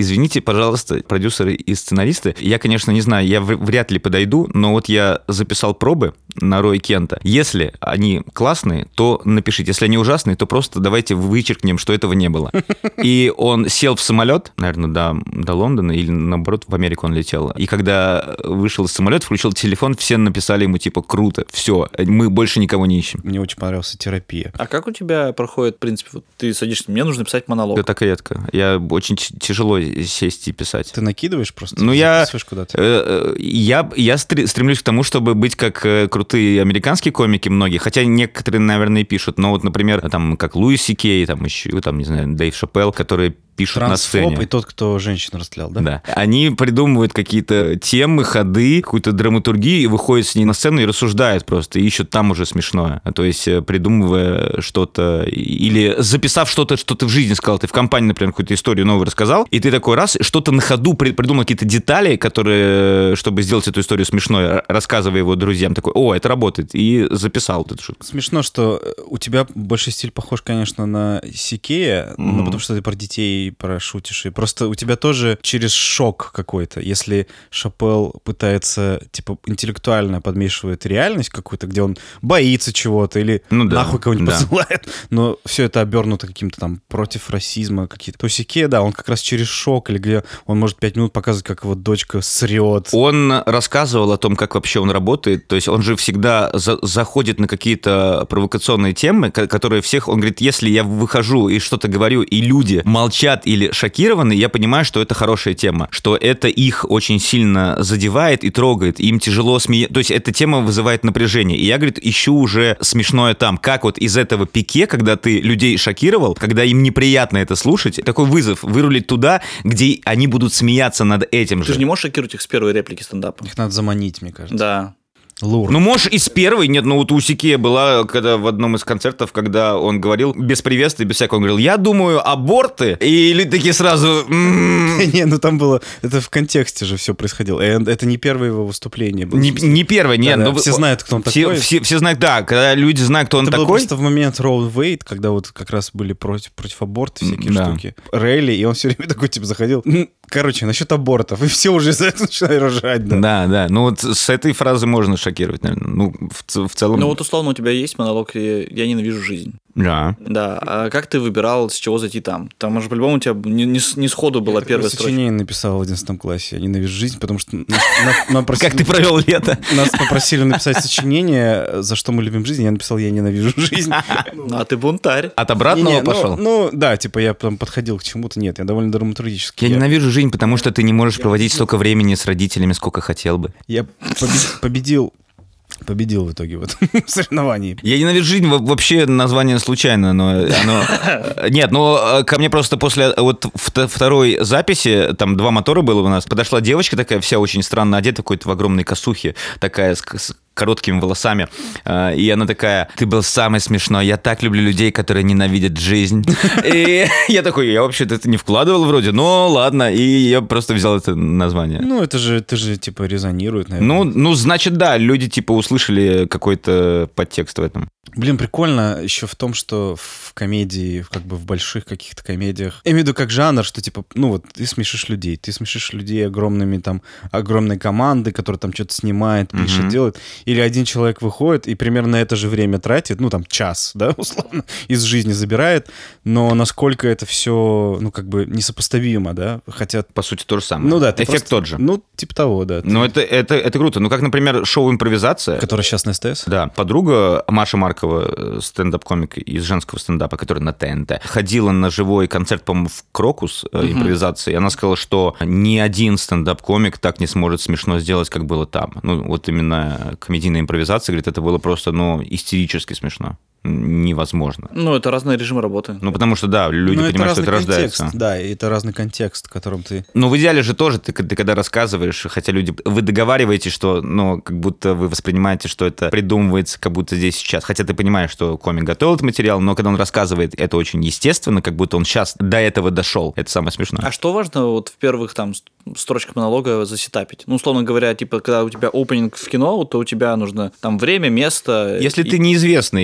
S1: Извините, пожалуйста, продюсеры и сценаристы. Я, конечно, не знаю, я вряд ли подойду, но вот я записал пробы на Роя Кента. Если они классные, то напишите. Если они ужасные, то просто давайте вычеркнем, что этого не было. И он сел в самолет, наверное, до, до Лондона, или наоборот, в Америку он летел. И когда вышел из самолета, включил телефон, все написали ему, типа, круто, все, мы больше никого не ищем.
S2: Мне очень понравилась терапия.
S3: А как у тебя проходит, в принципе, вот ты садишься, мне нужно писать монолог?
S1: Это так редко. Я очень тяжело сесть и писать.
S2: Ты накидываешь просто?
S1: Ну, я,
S2: куда-то?
S1: Э, я, я стремлюсь к тому, чтобы быть как крутые американские комики многие, хотя некоторые, наверное, и пишут, но вот, например, там, как Луис Си Кей, там еще, там, не знаю, Дэйв Шапелл, которые пишут на сцене.
S2: Трансфоб и тот, кто женщин расстрелял, да?
S1: Да. Они придумывают какие-то темы, ходы, какую-то драматургию и выходят с ней на сцену и рассуждают просто, и ищут там уже смешное. То есть придумывая что-то или записав что-то, что ты в жизни сказал, ты в компании, например, какую-то историю новую рассказал, и ты такой раз, что-то на ходу придумал какие-то детали, которые, чтобы сделать эту историю смешной, рассказывая его друзьям, такой, о, это работает, и записал эту шутку.
S2: Смешно, что у тебя больше стиль похож, конечно, на Си Кея, mm-hmm. ну, потому что ты про детей про шутишь, и просто у тебя тоже через шок какой-то. Если Шапелл пытается, типа, интеллектуально подмешивает реальность какую-то, где он боится чего-то или
S1: ну, да,
S2: нахуй кого-нибудь
S1: да.
S2: посылает, но все это обернуто каким-то там против расизма какие-то. То Си Кей, да, он как раз через шок, или где он может пять минут показывать, как его дочка срет.
S1: Он рассказывал о том, как вообще он работает, то есть он же всегда за- заходит на какие-то провокационные темы, которые всех, он говорит, если я выхожу и что-то говорю, и люди молчат или шокированы, я понимаю, что это хорошая тема, что это их очень сильно задевает и трогает, им тяжело смеяться, то есть эта тема вызывает напряжение, и я, говорит, ищу уже смешное там, как вот из этого пике, когда ты людей шокировал, когда им неприятно это слушать, такой вызов, вырулить туда, где они будут смеяться над этим
S3: ты
S1: же.
S3: Ты же не можешь шокировать их с первой реплики стендапа.
S2: Их надо заманить, мне кажется.
S3: Да.
S2: Лур.
S1: Ну, можешь и с первой. Нет, ну вот у Си Кея была, когда в одном из концертов, когда он говорил, без приветствия, без всякого, он говорил, я думаю, аборты. И люди такие сразу...
S2: Не, ну там было... Это в контексте же все происходило. Это не первое его выступление было.
S1: Не, не первое, нет.
S2: Да,
S1: ну,
S2: да, все знают, кто он
S1: все,
S2: такой.
S1: Все, все знают, да, когда люди знают, кто он
S2: это
S1: такой.
S2: Это было просто в момент Роу Вейд, когда вот как раз были против, против аборта всякие
S1: да.
S2: штуки. Рэли, и он все время такой, типа, заходил... Короче, насчет абортов. И все уже из-за этого начинают ржать, да.
S1: Да, да. Ну вот с этой фразы можно шокировать, наверное. Ну, в, в целом...
S3: Ну вот условно у тебя есть монолог «Я ненавижу жизнь».
S1: Да.
S3: Да. А как ты выбирал, с чего зайти там? Там же по-любому у тебя не, не, не сходу была
S2: я
S3: первая строчка.
S2: сочинение написал в одиннадцатом классе. Я ненавижу жизнь, потому что... Нас, нас просили,
S1: как ты провел лето?
S2: Нас попросили написать сочинение, за что мы любим жизнь. Я написал «Я ненавижу жизнь».
S3: А ты бунтарь.
S1: От обратного пошел?
S2: Ну, да, типа я потом подходил к чему-то. Нет, я довольно драматургически.
S1: Я ненавижу жизнь, потому что ты не можешь проводить столько времени с родителями, сколько хотел бы.
S2: Я победил... Победил в итоге в этом соревновании.
S1: «Я ненавижу жизнь» вообще название случайно, но оно... Нет, но ко мне просто после вот второй записи, там два мотора было у нас, подошла девочка такая вся очень странно одета, какой-то в огромной косухе, такая с короткими волосами, и она такая, ты был самый смешной, я так люблю людей, которые ненавидят жизнь. И я такой, я вообще-то это не вкладывал вроде, но ладно, и я просто взял это название.
S2: Ну, это же, это же типа резонирует, наверное.
S1: Ну, ну, значит, да, люди типа услышали какой-то подтекст в этом.
S2: Блин, прикольно еще в том, что в комедии, как бы в больших каких-то комедиях, я имею в виду как жанр, что типа, ну вот, ты смешишь людей, ты смешишь людей огромными там, огромной команды, которая там что-то снимает, пишет, mm-hmm. делает, или один человек выходит и примерно это же время тратит, ну там час, да, условно, из жизни забирает, но насколько это все, ну как бы несопоставимо, да, хотя...
S1: По сути, то же самое.
S2: Ну да.
S1: Эффект
S2: просто,
S1: тот же.
S2: Ну, типа того, да.
S1: Ну это, это, это круто. Ну как, например, шоу «Импровизация».
S2: Которое сейчас на СТС?
S1: Да. Подруга Маша Маркова, стендап-комик из женского стендапа, который на ТНТ, ходила на живой концерт, по-моему, в Крокус uh-huh. импровизации, и она сказала, что ни один стендап-комик так не сможет смешно сделать, как было там. Ну вот именно комедийная импровизация, говорит, это было просто, ну, истерически смешно. Невозможно.
S3: Ну, это разные режимы работы.
S1: Ну, потому что, да, люди
S2: Но
S1: понимают,
S2: это
S1: что это
S2: контекст,
S1: рождается.
S2: Да, и это разный контекст, в котором ты...
S1: Ну, в идеале же тоже, ты, ты когда рассказываешь, хотя люди... Вы договариваетесь, что, ну, как будто вы воспринимаете, что это придумывается, как будто здесь сейчас. Хотя ты понимаешь, что комик готовил этот материал, но когда он рассказывает, это очень естественно, как будто он сейчас до этого дошел. Это самое смешное.
S3: А что важно вот в первых там строчках монолога засетапить? Ну, условно говоря, типа, когда у тебя опенинг в кино, то у тебя нужно там время, место...
S1: Если
S3: и...
S1: ты неизвестный, то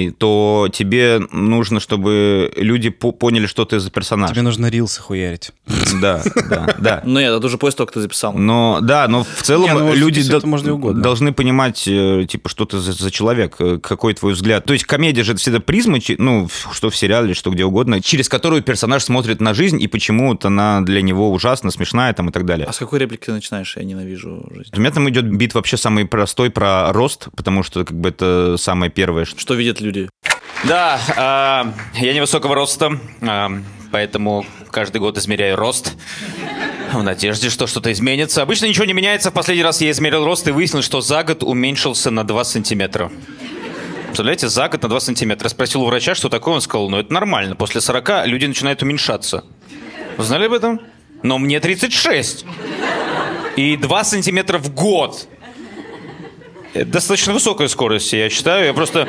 S1: то тебе нужно, чтобы люди по- поняли, что ты за персонаж.
S2: Тебе нужно рилсы хуярить.
S1: Да, да, да.
S3: Ну нет, это уже после того, как ты записал.
S1: Но, да, но в целом
S2: Не, ну,
S1: люди
S2: это можно и угодно.
S1: должны понимать, э, типа, что ты за, за человек, э, какой твой взгляд. То есть комедия же это всегда призма, чи- ну, в- что в сериале, что где угодно, через которую персонаж смотрит на жизнь, и почему-то она для него ужасна, смешная там и так далее.
S3: А с какой реплики ты начинаешь? Я ненавижу жизнь.
S1: У меня там идет бит вообще самый простой про рост, потому что как бы это самое первое, что...
S3: Что видят люди?
S4: Да, а, я невысокого роста, а, поэтому каждый год измеряю рост в надежде, что что-то изменится. Обычно ничего не меняется. В последний раз я измерил рост и выяснил, что за год уменьшился на два сантиметра. Представляете, за год на два сантиметра. Я спросил у врача, что такое, он сказал, ну это нормально, после сорока люди начинают уменьшаться. Вы знали об этом? Но мне тридцать шесть. И два сантиметра в год. Это достаточно высокая скорость, я считаю. Я просто...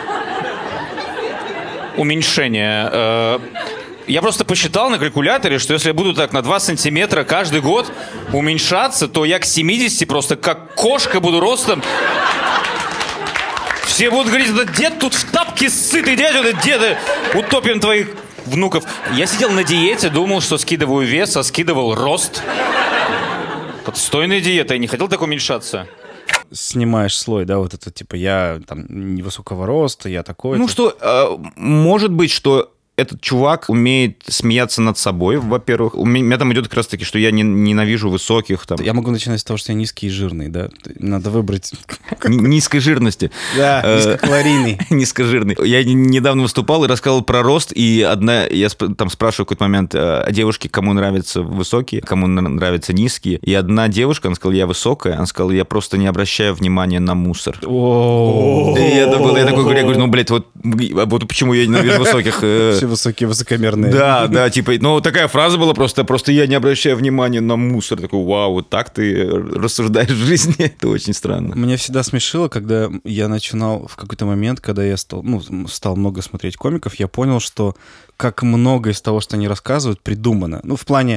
S4: Уменьшение. Э, Я просто посчитал на калькуляторе, что если я буду так на два сантиметра каждый год уменьшаться, то я к семидесяти просто как кошка буду ростом. Все будут говорить, это дед тут в тапке сытый дядя, это деда, утопим твоих внуков. Я сидел на диете, думал, что скидываю вес, а скидывал рост. Отстойная диета, я не хотел так уменьшаться.
S2: Снимаешь слой, да, вот это, типа, я там невысокого роста, я такой.
S1: Ну что, э, может быть, что этот чувак умеет смеяться над собой, во-первых. У меня, у меня там идет как раз-таки, что я не, ненавижу высоких. Там.
S2: Я могу начинать с того, что я низкий и жирный, да? Надо выбрать...
S1: Н- низкой жирности.
S2: Да, низкокалорийный.
S1: Низкожирный. Я недавно выступал и рассказывал про рост, и одна, я сп- там спрашиваю в какой-то момент о девушке, кому нравятся высокие, кому нравятся низкие. И одна девушка, она сказала, я высокая, она сказала, я просто не обращаю внимания на мусор.
S2: О,
S1: И это было, я такой говорю, ну, блядь, вот, вот почему я ненавижу высоких. э,
S2: все высокие, высокомерные.
S1: Да, да, типа, ну, такая фраза была просто, просто я не обращаю внимания на мусор. Такой, вау, вот так ты рассуждаешь в жизни. Это очень странно.
S2: Меня всегда смешило, когда я начинал в какой-то момент, когда я стал, ну, стал много смотреть комиков, я понял, что как много из того, что они рассказывают, придумано. Ну, в плане...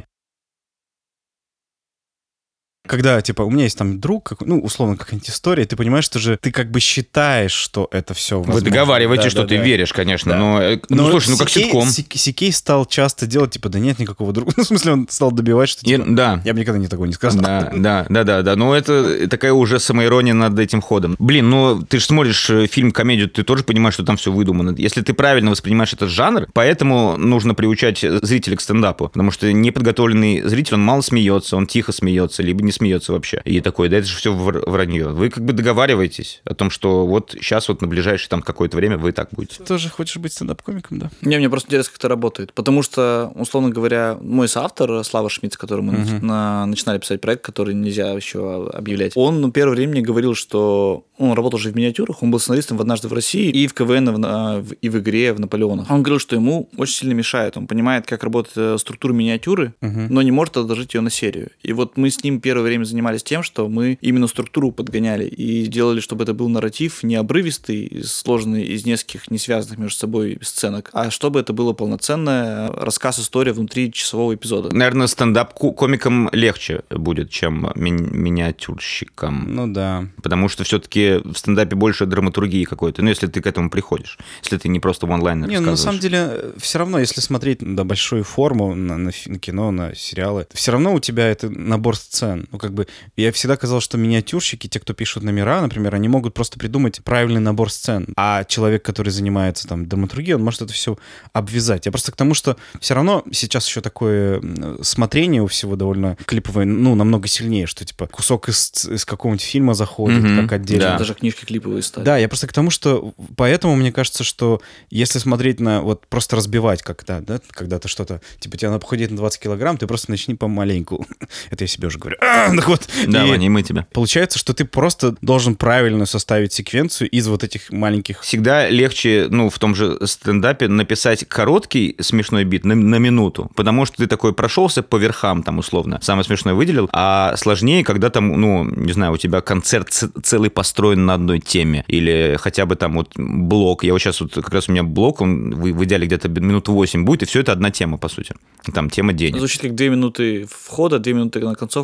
S2: Когда, типа, у меня есть там друг, как, ну, условно, какая-нибудь история, и ты понимаешь, что же ты как бы считаешь, что это все возможно.
S1: Вы договариваете,
S2: Да,
S1: что
S2: да,
S1: ты
S2: да.
S1: веришь, конечно,
S2: Да.
S1: но, э, ну,
S2: Но
S1: слушай, ну, как
S2: Сикей-
S1: ситком.
S2: Сик- Сикей стал часто делать, типа, да нет никакого друга. Ну, в смысле, он стал добивать, что,
S1: И-
S2: типа,
S1: да.
S2: я бы никогда не такого не сказал.
S1: Да, да, да, да, да. Ну, это такая уже самоирония над этим ходом. Блин, ну, ты же смотришь э, фильм, комедию, ты тоже понимаешь, что там все выдумано. Если ты правильно воспринимаешь этот жанр, поэтому нужно приучать зрителя к стендапу. Потому что неподготовленный зритель, он мало смеется, он тихо смеется, либо не смеется вообще. И такой, да это же все вранье. Вы как бы договариваетесь о том, что вот сейчас вот на ближайшее там какое-то время вы так будете.
S2: Ты тоже хочешь быть стендап-комиком, да?
S3: Не, мне просто интересно, как это работает. Потому что, условно говоря, мой соавтор, Слава Шмидт, с которым мы
S2: Мгм.
S3: на- начинали писать проект, который нельзя еще объявлять, он ну, первое время мне говорил, что он работал уже в миниатюрах, он был сценаристом в «Однажды в России» и в КВН, в на- в- и в игре в «Наполеонах». Он говорил, что ему очень сильно мешает. Он понимает, как работает э, структура миниатюры,
S2: Мгм.
S3: но не может отложить ее на серию. И вот мы с ним первое время занимались тем, что мы именно структуру подгоняли и делали, чтобы это был нарратив не обрывистый, сложенный из нескольких не связанных между собой сценок, а чтобы это было полноценное рассказ, история внутри часового эпизода.
S1: Наверное, стендап-комикам легче будет, чем ми- миниатюрщикам.
S2: Ну да.
S1: Потому что все-таки в стендапе больше драматургии какой-то. Ну, если ты к этому приходишь. Если ты не просто онлайн
S2: Не, ну, на самом деле, все равно, если смотреть на большую форму, на, на фи- на кино, на сериалы, все равно у тебя это набор сцен. Ну, как бы, я всегда казалось, что миниатюрщики, те, кто пишут номера, например, они могут просто придумать правильный набор сцен. А человек, который занимается там драматургией, он может это все обвязать. Я просто к тому, что все равно сейчас еще такое м, смотрение у всего довольно клиповое, ну, намного сильнее, что, типа, кусок из, из какого-нибудь фильма заходит,
S1: Мгм,
S2: как отдельно.
S1: да.
S3: Даже книжки клиповые стали.
S2: Да, я просто к тому, что поэтому мне кажется, что если смотреть на вот просто разбивать когда, да, когда ты что-то, типа тебе надо похудеть на двадцать килограмм, ты просто начни помаленьку. Это я себе уже говорю. А, так вот.
S1: Да,
S2: И
S1: Ваня, и мы тебя.
S2: получается, что ты просто должен правильно составить секвенцию из вот этих маленьких...
S1: Всегда легче, ну, в том же стендапе написать короткий смешной бит на, на минуту, потому что ты такой прошелся по верхам, там, условно, самое смешное выделил, а сложнее, когда там, ну, не знаю, у тебя концерт ц- целый построен на одной теме, или хотя бы там вот блок, я вот сейчас вот, как раз у меня блок, он в, в идеале где-то минут восемь будет, и все это одна тема, по сути. Там тема денег.
S3: Звучит как две минуты входа, две минуты на концовку, четыре минуты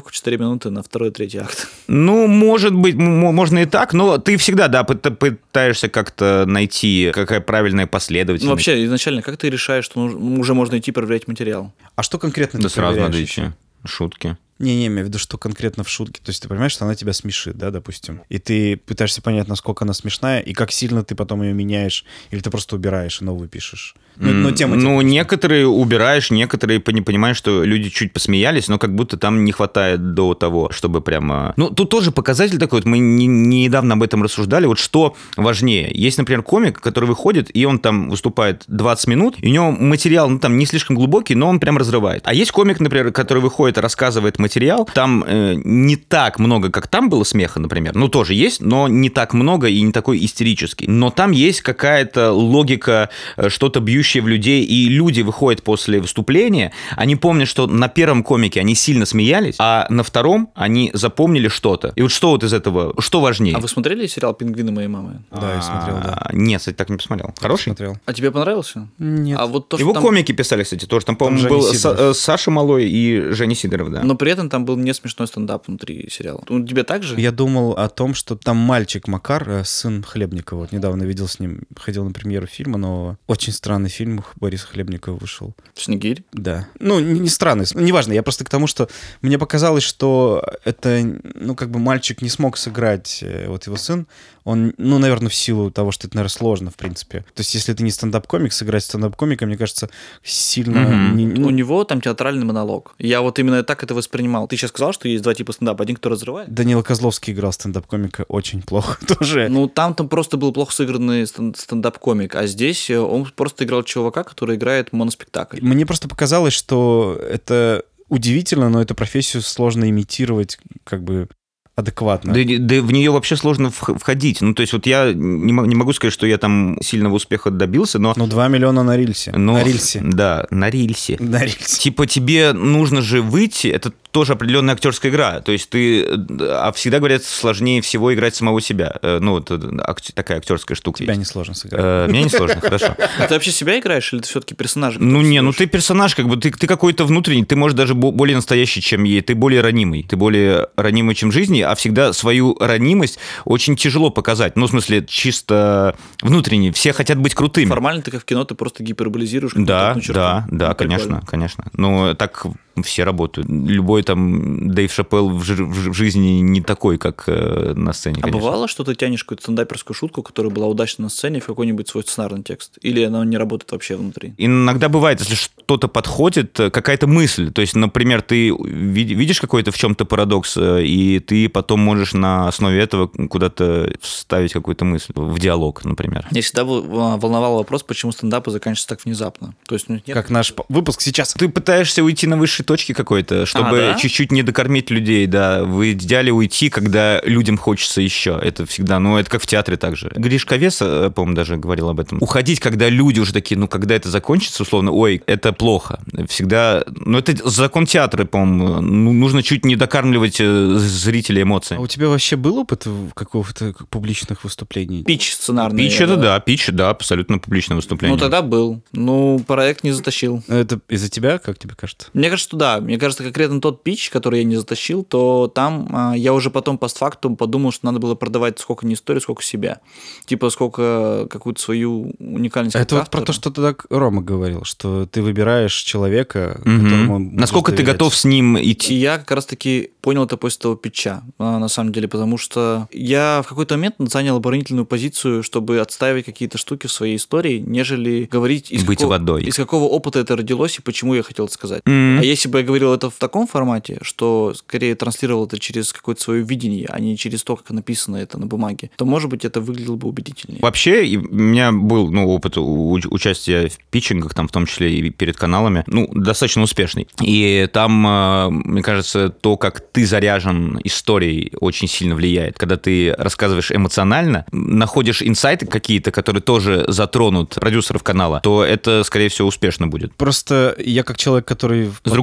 S3: минуты на второй-третий акт.
S1: Ну, может быть, м- можно и так, но ты всегда, да, пыт- пытаешься как-то найти, какая правильная последовательность.
S3: Ну, вообще, изначально, как ты решаешь, что нужно- уже можно идти проверять материал?
S2: А что конкретно
S1: Да
S2: ты
S1: сразу
S2: проверяешь
S1: надо
S2: еще?
S1: идти. Шутки.
S2: Не-не, имею в виду, что конкретно в шутке. То есть ты понимаешь, что она тебя смешит, да, допустим. И ты пытаешься понять, насколько она смешная, и как сильно ты потом ее меняешь, или ты просто убираешь и новую пишешь. Ну, но тема тебе
S1: Ну,
S2: просто-
S1: некоторые убираешь, некоторые пони- понимаешь, что люди чуть посмеялись, но как будто там не хватает до того, чтобы прямо... Ну, тут тоже показатель такой, вот мы не, не недавно об этом рассуждали, вот что важнее. Есть, например, комик, который выходит, и он там выступает двадцать минут, и у него материал, ну, там не слишком глубокий, но он прям разрывает. А есть комик, например, который выходит и рассказывает материал, там э, не так много, как там было смеха, например, ну, тоже есть, но не так много и не такой истерический. Но там есть какая-то логика, э, что-то бьющее в людей, и люди выходят после выступления, они помнят, что на первом комике они сильно смеялись, а на втором они запомнили что-то. И вот что вот из этого, что важнее?
S3: А вы смотрели сериал «Пингвины моей мамы»?
S2: Да, я смотрел, да.
S1: А, Нет, кстати, так не посмотрел. Хороший?
S2: Смотрел.
S3: А тебе понравился?
S2: Нет.
S3: А вот то, что
S1: Его
S3: там...
S1: комики писали, кстати, тоже. Там, по-моему,
S2: Женя
S1: был
S2: Сидоров.
S1: Са- э, Саша Малой и Женя Сидоров, да.
S3: Но при этом там был не смешной стендап внутри сериала. У тебя так же?
S2: Я думал о том, что там мальчик Макар, э, сын Хлебникова. Вот недавно видел с ним, ходил на премьеру фильма нового. Очень странный фильм Бориса Хлебникова вышел.
S3: Снегирь?
S2: Да. Ну, не, не странный, ну, неважно. Я просто к тому, что мне показалось, что это, ну, как бы мальчик не смог сыграть, э, вот его сын. Он, ну, наверное, в силу того, что это, наверное, сложно, в принципе. То есть, если ты не стендап-комик, сыграть стендап-комика, мне кажется, сильно...
S1: Мгм.
S2: не- ну,
S3: У него там театральный монолог. Я вот именно так это воспринимал. Ты сейчас сказал, что есть два типа стендапа. Один, кто разрывает.
S2: Данила Козловский играл стендап-комика очень плохо тоже.
S3: Ну, там там просто был плохо сыгранный стен- стендап-комик, а здесь э, он просто играл чувака, который играет моноспектакль.
S2: Мне просто показалось, что это удивительно, но эту профессию сложно имитировать как бы адекватно.
S1: Да, да в нее вообще сложно вх- входить. Ну, то есть вот я не, мо- не могу сказать, что я там сильного успеха добился, но...
S2: Ну, два миллиона на рильсе.
S1: но-
S2: На рильсе.
S1: Да, на рильсе.
S2: На рильсе.
S1: Типа тебе нужно же выйти, это тоже определенная актерская игра. То есть ты... А всегда говорят, сложнее всего играть самого себя. Э, Ну, вот э, ак- такая актерская штука.
S2: Тебя
S1: есть.
S2: не сложно сыграть.
S1: Э, Мне не сложно, хорошо.
S3: А ты вообще себя играешь или ты все-таки персонажа?
S1: Ну не, ну
S3: ты
S1: ты персонаж, как бы ты, ты какой-то внутренний, ты, может, даже бо- более настоящий, чем ей, ты более ранимый, ты более ранимый, чем в жизни, а всегда свою ранимость очень тяжело показать. Ну, в смысле, чисто внутренне. Все хотят быть крутыми.
S3: Формально ты как в кино, ты просто гиперболизируешь какую-то
S1: Да,
S3: одну черту.
S1: да, да,
S3: Ну,
S1: конечно,
S3: прикольно.
S1: конечно. Но так все работают. Любой там Дэйв Шапелл в, жи- в жи- в жизни не такой, как э, на сцене,
S3: А
S1: конечно.
S3: бывало, что ты тянешь какую-то стендаперскую шутку, которая была удачна на сцене, в какой-нибудь свой сценарный текст? Или она не работает вообще внутри?
S1: Иногда бывает, если что-то подходит, э, какая-то мысль. То есть, например, ты ви- видишь какой-то в чем-то парадокс, э, и ты потом можешь на основе этого куда-то вставить какую-то мысль в диалог, например.
S3: Меня всегда вол- волновал вопрос, почему стендапы заканчиваются так внезапно. То есть, ну, нет.
S2: Как наш по- выпуск сейчас.
S1: Ты пытаешься уйти на высшей точке какой-то, чтобы
S3: А, да?
S1: чуть-чуть не докормить людей, да. В идеале уйти, когда людям хочется еще. Это всегда, ну, это как в театре также. Гришка Веса, по-моему, даже говорил об этом. Уходить, когда люди уже такие, ну, когда это закончится, условно, ой, это плохо. Всегда, ну, это закон театра, по-моему. Ну, нужно чуть не докармливать э, зрителей
S2: А
S1: эмоциями.
S2: у тебя вообще был опыт в- какого-то публичных выступлений?
S3: Пич сценарный.
S1: Пич это да, пич, да, абсолютно публичное выступление.
S3: Ну, тогда был. Ну, проект не затащил.
S2: Это из-за тебя, как тебе кажется?
S3: Мне кажется, что да. Мне кажется, конкретно тот пич, который я не затащил, то там а, я уже потом постфактум подумал, что надо было продавать сколько не историю, сколько себя. Типа сколько какую-то свою уникальность. как
S2: Это вот про
S3: автора.
S2: то, что тогда Рома говорил, что ты выбираешь человека,
S1: Мгм.
S2: которому можешь
S1: Насколько ты
S2: доверять.
S1: готов с ним
S3: И
S1: идти?
S3: я как раз-таки понял это после того питча, а, на самом деле, потому что я в какой-то момент занял оборонительную позицию, чтобы отстаивать какие-то штуки в своей истории, нежели говорить, из,
S1: Быть
S3: какого,
S1: водой.
S3: из какого опыта это родилось и почему я хотел это сказать.
S1: М.
S3: А если бы я говорил это в таком формате, что скорее транслировал это через какое-то свое видение, а не через то, как написано это на бумаге, то, может быть, это выглядело бы убедительнее.
S1: Вообще, и у меня был ну, опыт у- участия в питчингах, там, в том числе и перед каналами, ну, достаточно успешный. И там, э, мне кажется, то, как ты заряжен историей, очень сильно влияет. Когда ты рассказываешь эмоционально, находишь инсайты какие-то, которые тоже затронут продюсеров канала, то это, скорее всего, успешно будет.
S2: Просто я как человек, который... в
S1: С другой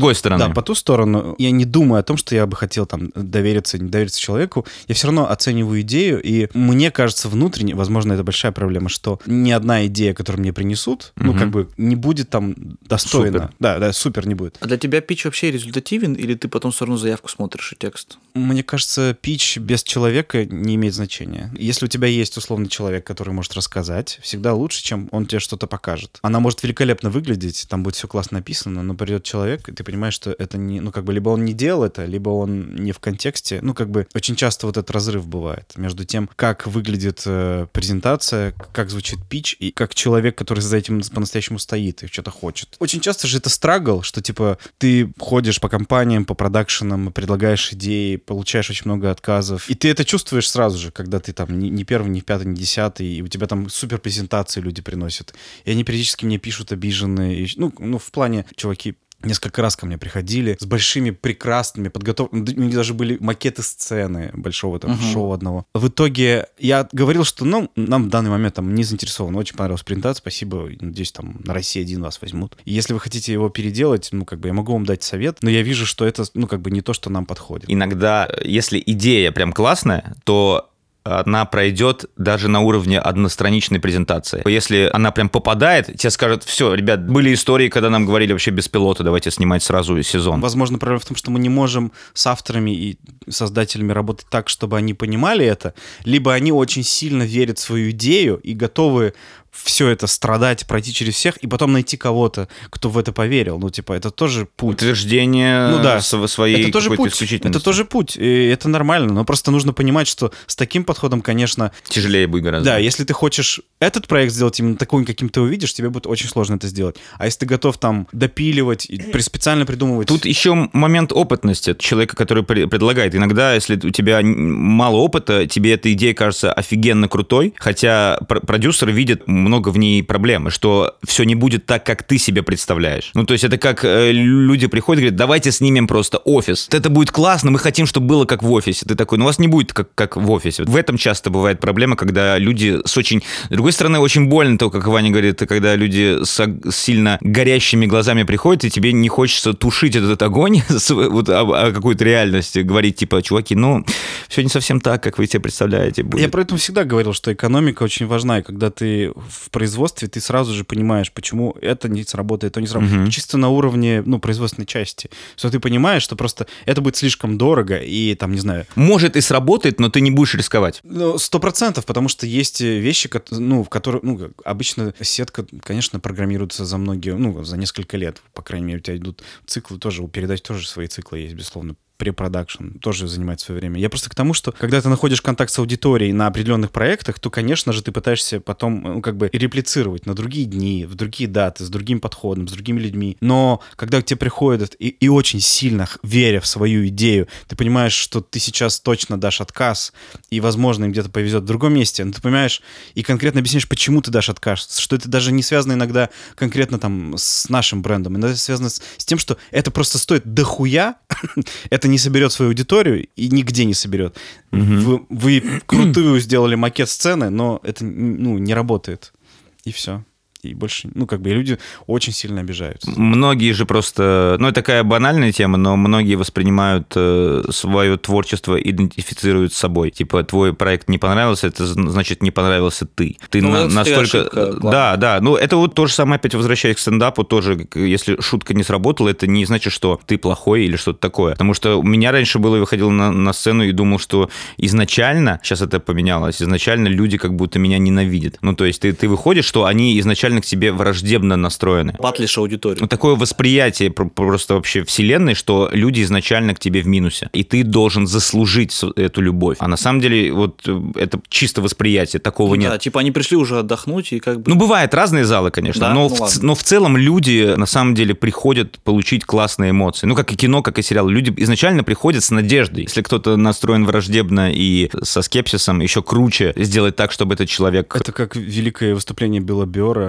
S1: другой стороны.
S2: Да, по ту сторону. Я не думаю о том, что я бы хотел там довериться, не довериться человеку. Я все равно оцениваю идею, и мне кажется внутренне, возможно, это большая проблема, что ни одна идея, которую мне принесут, угу. ну, как бы не будет там достойна. Супер. Да, да, супер не будет.
S3: А для тебя питч вообще результативен, или ты потом все равно заявку смотришь и текст?
S2: Мне кажется, питч без человека не имеет значения. Если у тебя есть условный человек, который может рассказать, всегда лучше, чем он тебе что-то покажет. Она может великолепно выглядеть, там будет все классно написано, но придет человек, и ты понимаешь, что это не, ну, как бы, либо он не делал это, либо он не в контексте. Ну, как бы, очень часто вот этот разрыв бывает между тем, как выглядит э, презентация, как звучит питч, и как человек, который за этим по-настоящему стоит и что-то хочет. Очень часто же это страгл, что, типа, ты ходишь по компаниям, по продакшенам, предлагаешь идеи, получаешь очень много отказов, и ты это чувствуешь сразу же, когда ты там не, не первый, не пятый, не десятый, и у тебя там супер презентации люди приносят. И они периодически мне пишут обиженные. И, ну, ну, в плане, чуваки, несколько раз ко мне приходили с большими, прекрасными подготовками. У них даже были макеты сцены большого там uh-huh. шоу одного. В итоге я говорил, что, ну, нам в данный момент там не заинтересованы. Очень понравилась презентация, спасибо. Надеюсь, там на России один вас возьмут. И если вы хотите его переделать, ну, как бы я могу вам дать совет, но я вижу, что это, ну, как бы не то, что нам подходит.
S1: Иногда, если идея прям классная, то она пройдет даже на уровне одностраничной презентации. Если она прям попадает, тебе скажут: все, ребят, были истории, когда нам говорили вообще без пилота, давайте снимать сразу сезон.
S2: Возможно, проблема в том, что мы не можем с авторами и создателями работать так, чтобы они понимали это, либо они очень сильно верят в свою идею и готовы все это страдать, пройти через всех, и потом найти кого-то, кто в это поверил. Ну, типа, это тоже путь.
S1: Утверждение ну, да. своей
S2: это тоже
S1: какой-то
S2: путь.
S1: исключительности.
S2: Это тоже путь, и это нормально, но просто нужно понимать, что с таким подходом, конечно...
S1: Тяжелее будет гораздо.
S2: Да, если ты хочешь этот проект сделать именно такой, каким ты увидишь, тебе будет очень сложно это сделать. А если ты готов там допиливать, специально придумывать...
S1: Тут еще момент опытности человека, который предлагает. Иногда, если у тебя мало опыта, тебе эта идея кажется офигенно крутой, хотя продюсер видит много в ней проблемы, что все не будет так, как ты себе представляешь. Ну, то есть это как э, люди приходят и говорят: давайте снимем просто офис. Это будет классно, мы хотим, чтобы было как в офисе. Ты такой: ну, у вас не будет как, как в офисе. В этом часто бывает проблема, когда люди с очень... С другой стороны, очень больно то, как Ваня говорит, когда люди с, с сильно горящими глазами приходят, и тебе не хочется тушить этот огонь вот, о, о какой-то реальности, говорить типа: чуваки, ну, все не совсем так, как вы себе представляете. Будет.
S2: Я про это всегда говорил, что экономика очень важна, и когда ты в производстве, ты сразу же понимаешь, почему это не сработает, то не сработает. Uh-huh. Чисто на уровне, ну, производственной части. Что ты понимаешь, что просто это будет слишком дорого, и там, не знаю...
S1: Может и сработает, но ты не будешь рисковать.
S2: Ну, сто процентов, потому что есть вещи, ну, в которых, ну, обычно сетка, конечно, программируется за многие, ну, за несколько лет, по крайней мере, у тебя идут циклы тоже, у передач тоже свои циклы есть, безусловно. Препродакшн тоже занимает свое время. Я просто к тому, что когда ты находишь контакт с аудиторией на определенных проектах, то, конечно же, ты пытаешься потом, ну, как бы реплицировать на другие дни, в другие даты, с другим подходом, с другими людьми. Но когда к тебе приходят и, и очень сильно веря в свою идею, ты понимаешь, что ты сейчас точно дашь отказ, и, возможно, им где-то повезет в другом месте, но ты понимаешь и конкретно объяснишь, почему ты дашь отказ, что это даже не связано иногда конкретно там с нашим брендом, иногда связано с, с тем, что это просто стоит дохуя, это не соберет свою аудиторию и нигде не соберет. Угу. Вы, вы крутую сделали макет сцены, но это, ну, не работает. И все. И больше, ну, как бы люди очень сильно обижаются.
S1: Многие же просто... Ну, это такая банальная тема, но многие воспринимают э, свое творчество, идентифицируют с собой. Типа, твой проект не понравился, это значит, не понравился ты. Ты ну, на, настолько... Ошибка, да, да. Ну, это вот то же самое, опять возвращаясь к стендапу, тоже, если шутка не сработала, это не значит, что ты плохой или что-то такое. Потому что у меня раньше было, я выходил на, на сцену и думал, что изначально, сейчас это поменялось, изначально люди как будто меня ненавидят. Ну, то есть ты, ты выходишь, что они изначально к себе враждебно настроены.
S3: Батлишь аудиторию.
S1: Ну, такое восприятие просто вообще вселенной, что люди изначально к тебе в минусе. И ты должен заслужить эту любовь. А на самом деле, вот это чисто восприятие, такого ну, нет.
S3: Да, типа они пришли уже отдохнуть и как бы...
S1: Ну, бывают разные залы, конечно, да? но, ну, в, но в целом люди на самом деле приходят получить классные эмоции. Ну, как и кино, как и сериал. Люди изначально приходят с надеждой. Если кто-то настроен враждебно и со скепсисом, еще круче сделать так, чтобы этот человек...
S2: Это как великое выступление Билла Бёрра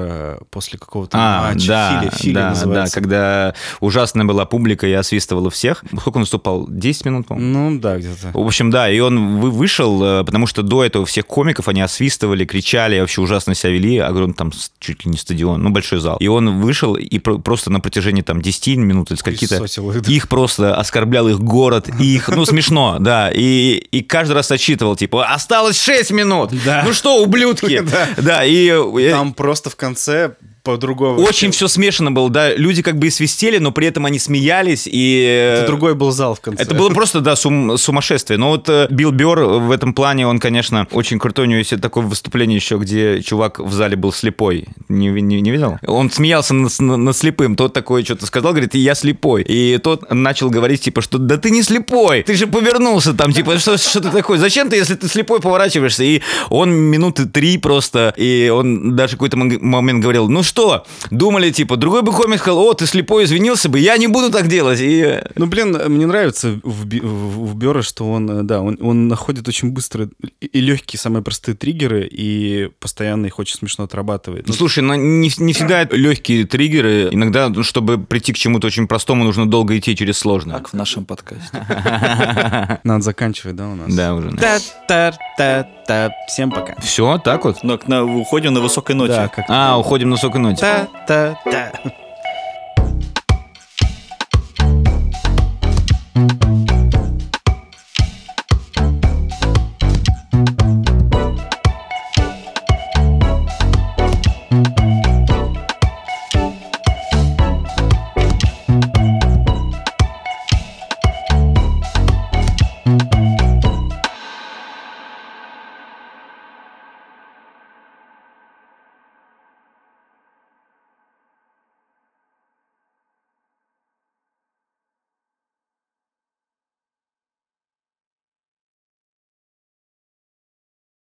S2: Билл после какого-то
S1: А,
S2: матча.
S1: да,
S2: Фили, Фили
S1: да, да,
S2: называется.
S1: когда ужасная была публика и освистывала всех. Сколько он выступал? десять минут, по-моему?
S2: Ну, да, где-то.
S1: В общем, да, и он вы- вышел, э, потому что до этого всех комиков они освистывали, кричали, вообще ужасно себя вели, огромный там с- чуть ли не стадион, ну, большой зал. И он вышел и про- просто на протяжении там десяти минут или скольки-то
S2: Хуесосил их, да.
S1: их просто оскорблял, их город, их, ну, смешно, да, и, и каждый раз отчитывал, типа, осталось шесть минут,
S2: Да.
S1: ну что, ублюдки,
S2: Да.
S1: да, и... э,
S2: Там просто в конце по-другому.
S1: Очень все смешано было, да, люди как бы и свистели, но при этом они смеялись, и...
S2: Это другой был зал в конце.
S1: Это было просто, да, сум- сумасшествие. Но вот э, Билл Бёрр в этом плане, он, конечно, очень крутой. У него есть такое выступление еще, где чувак в зале был слепой. Не, не, не видел? Он смеялся над, над слепым. Тот такой что-то сказал, говорит, я слепой. И тот начал говорить, типа, что да ты не слепой, ты же повернулся там, типа, что, что ты такой? Зачем ты, если ты слепой, поворачиваешься? И он минуты три просто, и он даже какой-то мог- момент говорил, ну что, думали, типа, другой бы комик сказал, о, ты слепой, извинился бы, я не буду так делать. И...
S2: Ну, блин, мне нравится в, Би- в, в Бёрре, что он, да, он, он находит очень быстро и, и легкие, самые простые триггеры, и постоянно их очень смешно отрабатывает.
S1: Ну,
S2: Ну,
S1: слушай, ну, не, не всегда это легкие триггеры. Иногда, ну, чтобы прийти к чему-то очень простому, нужно долго идти через сложное.
S3: Как в нашем подкасте.
S2: надо заканчивать, да, у нас?
S1: Да, уже.
S2: Та-та-та-та. Всем пока.
S1: Все, так вот?
S3: Но к- на- уходим на высокой ноте.
S2: Да, как
S1: А, уходим на высокой ноте.
S2: та-та-та.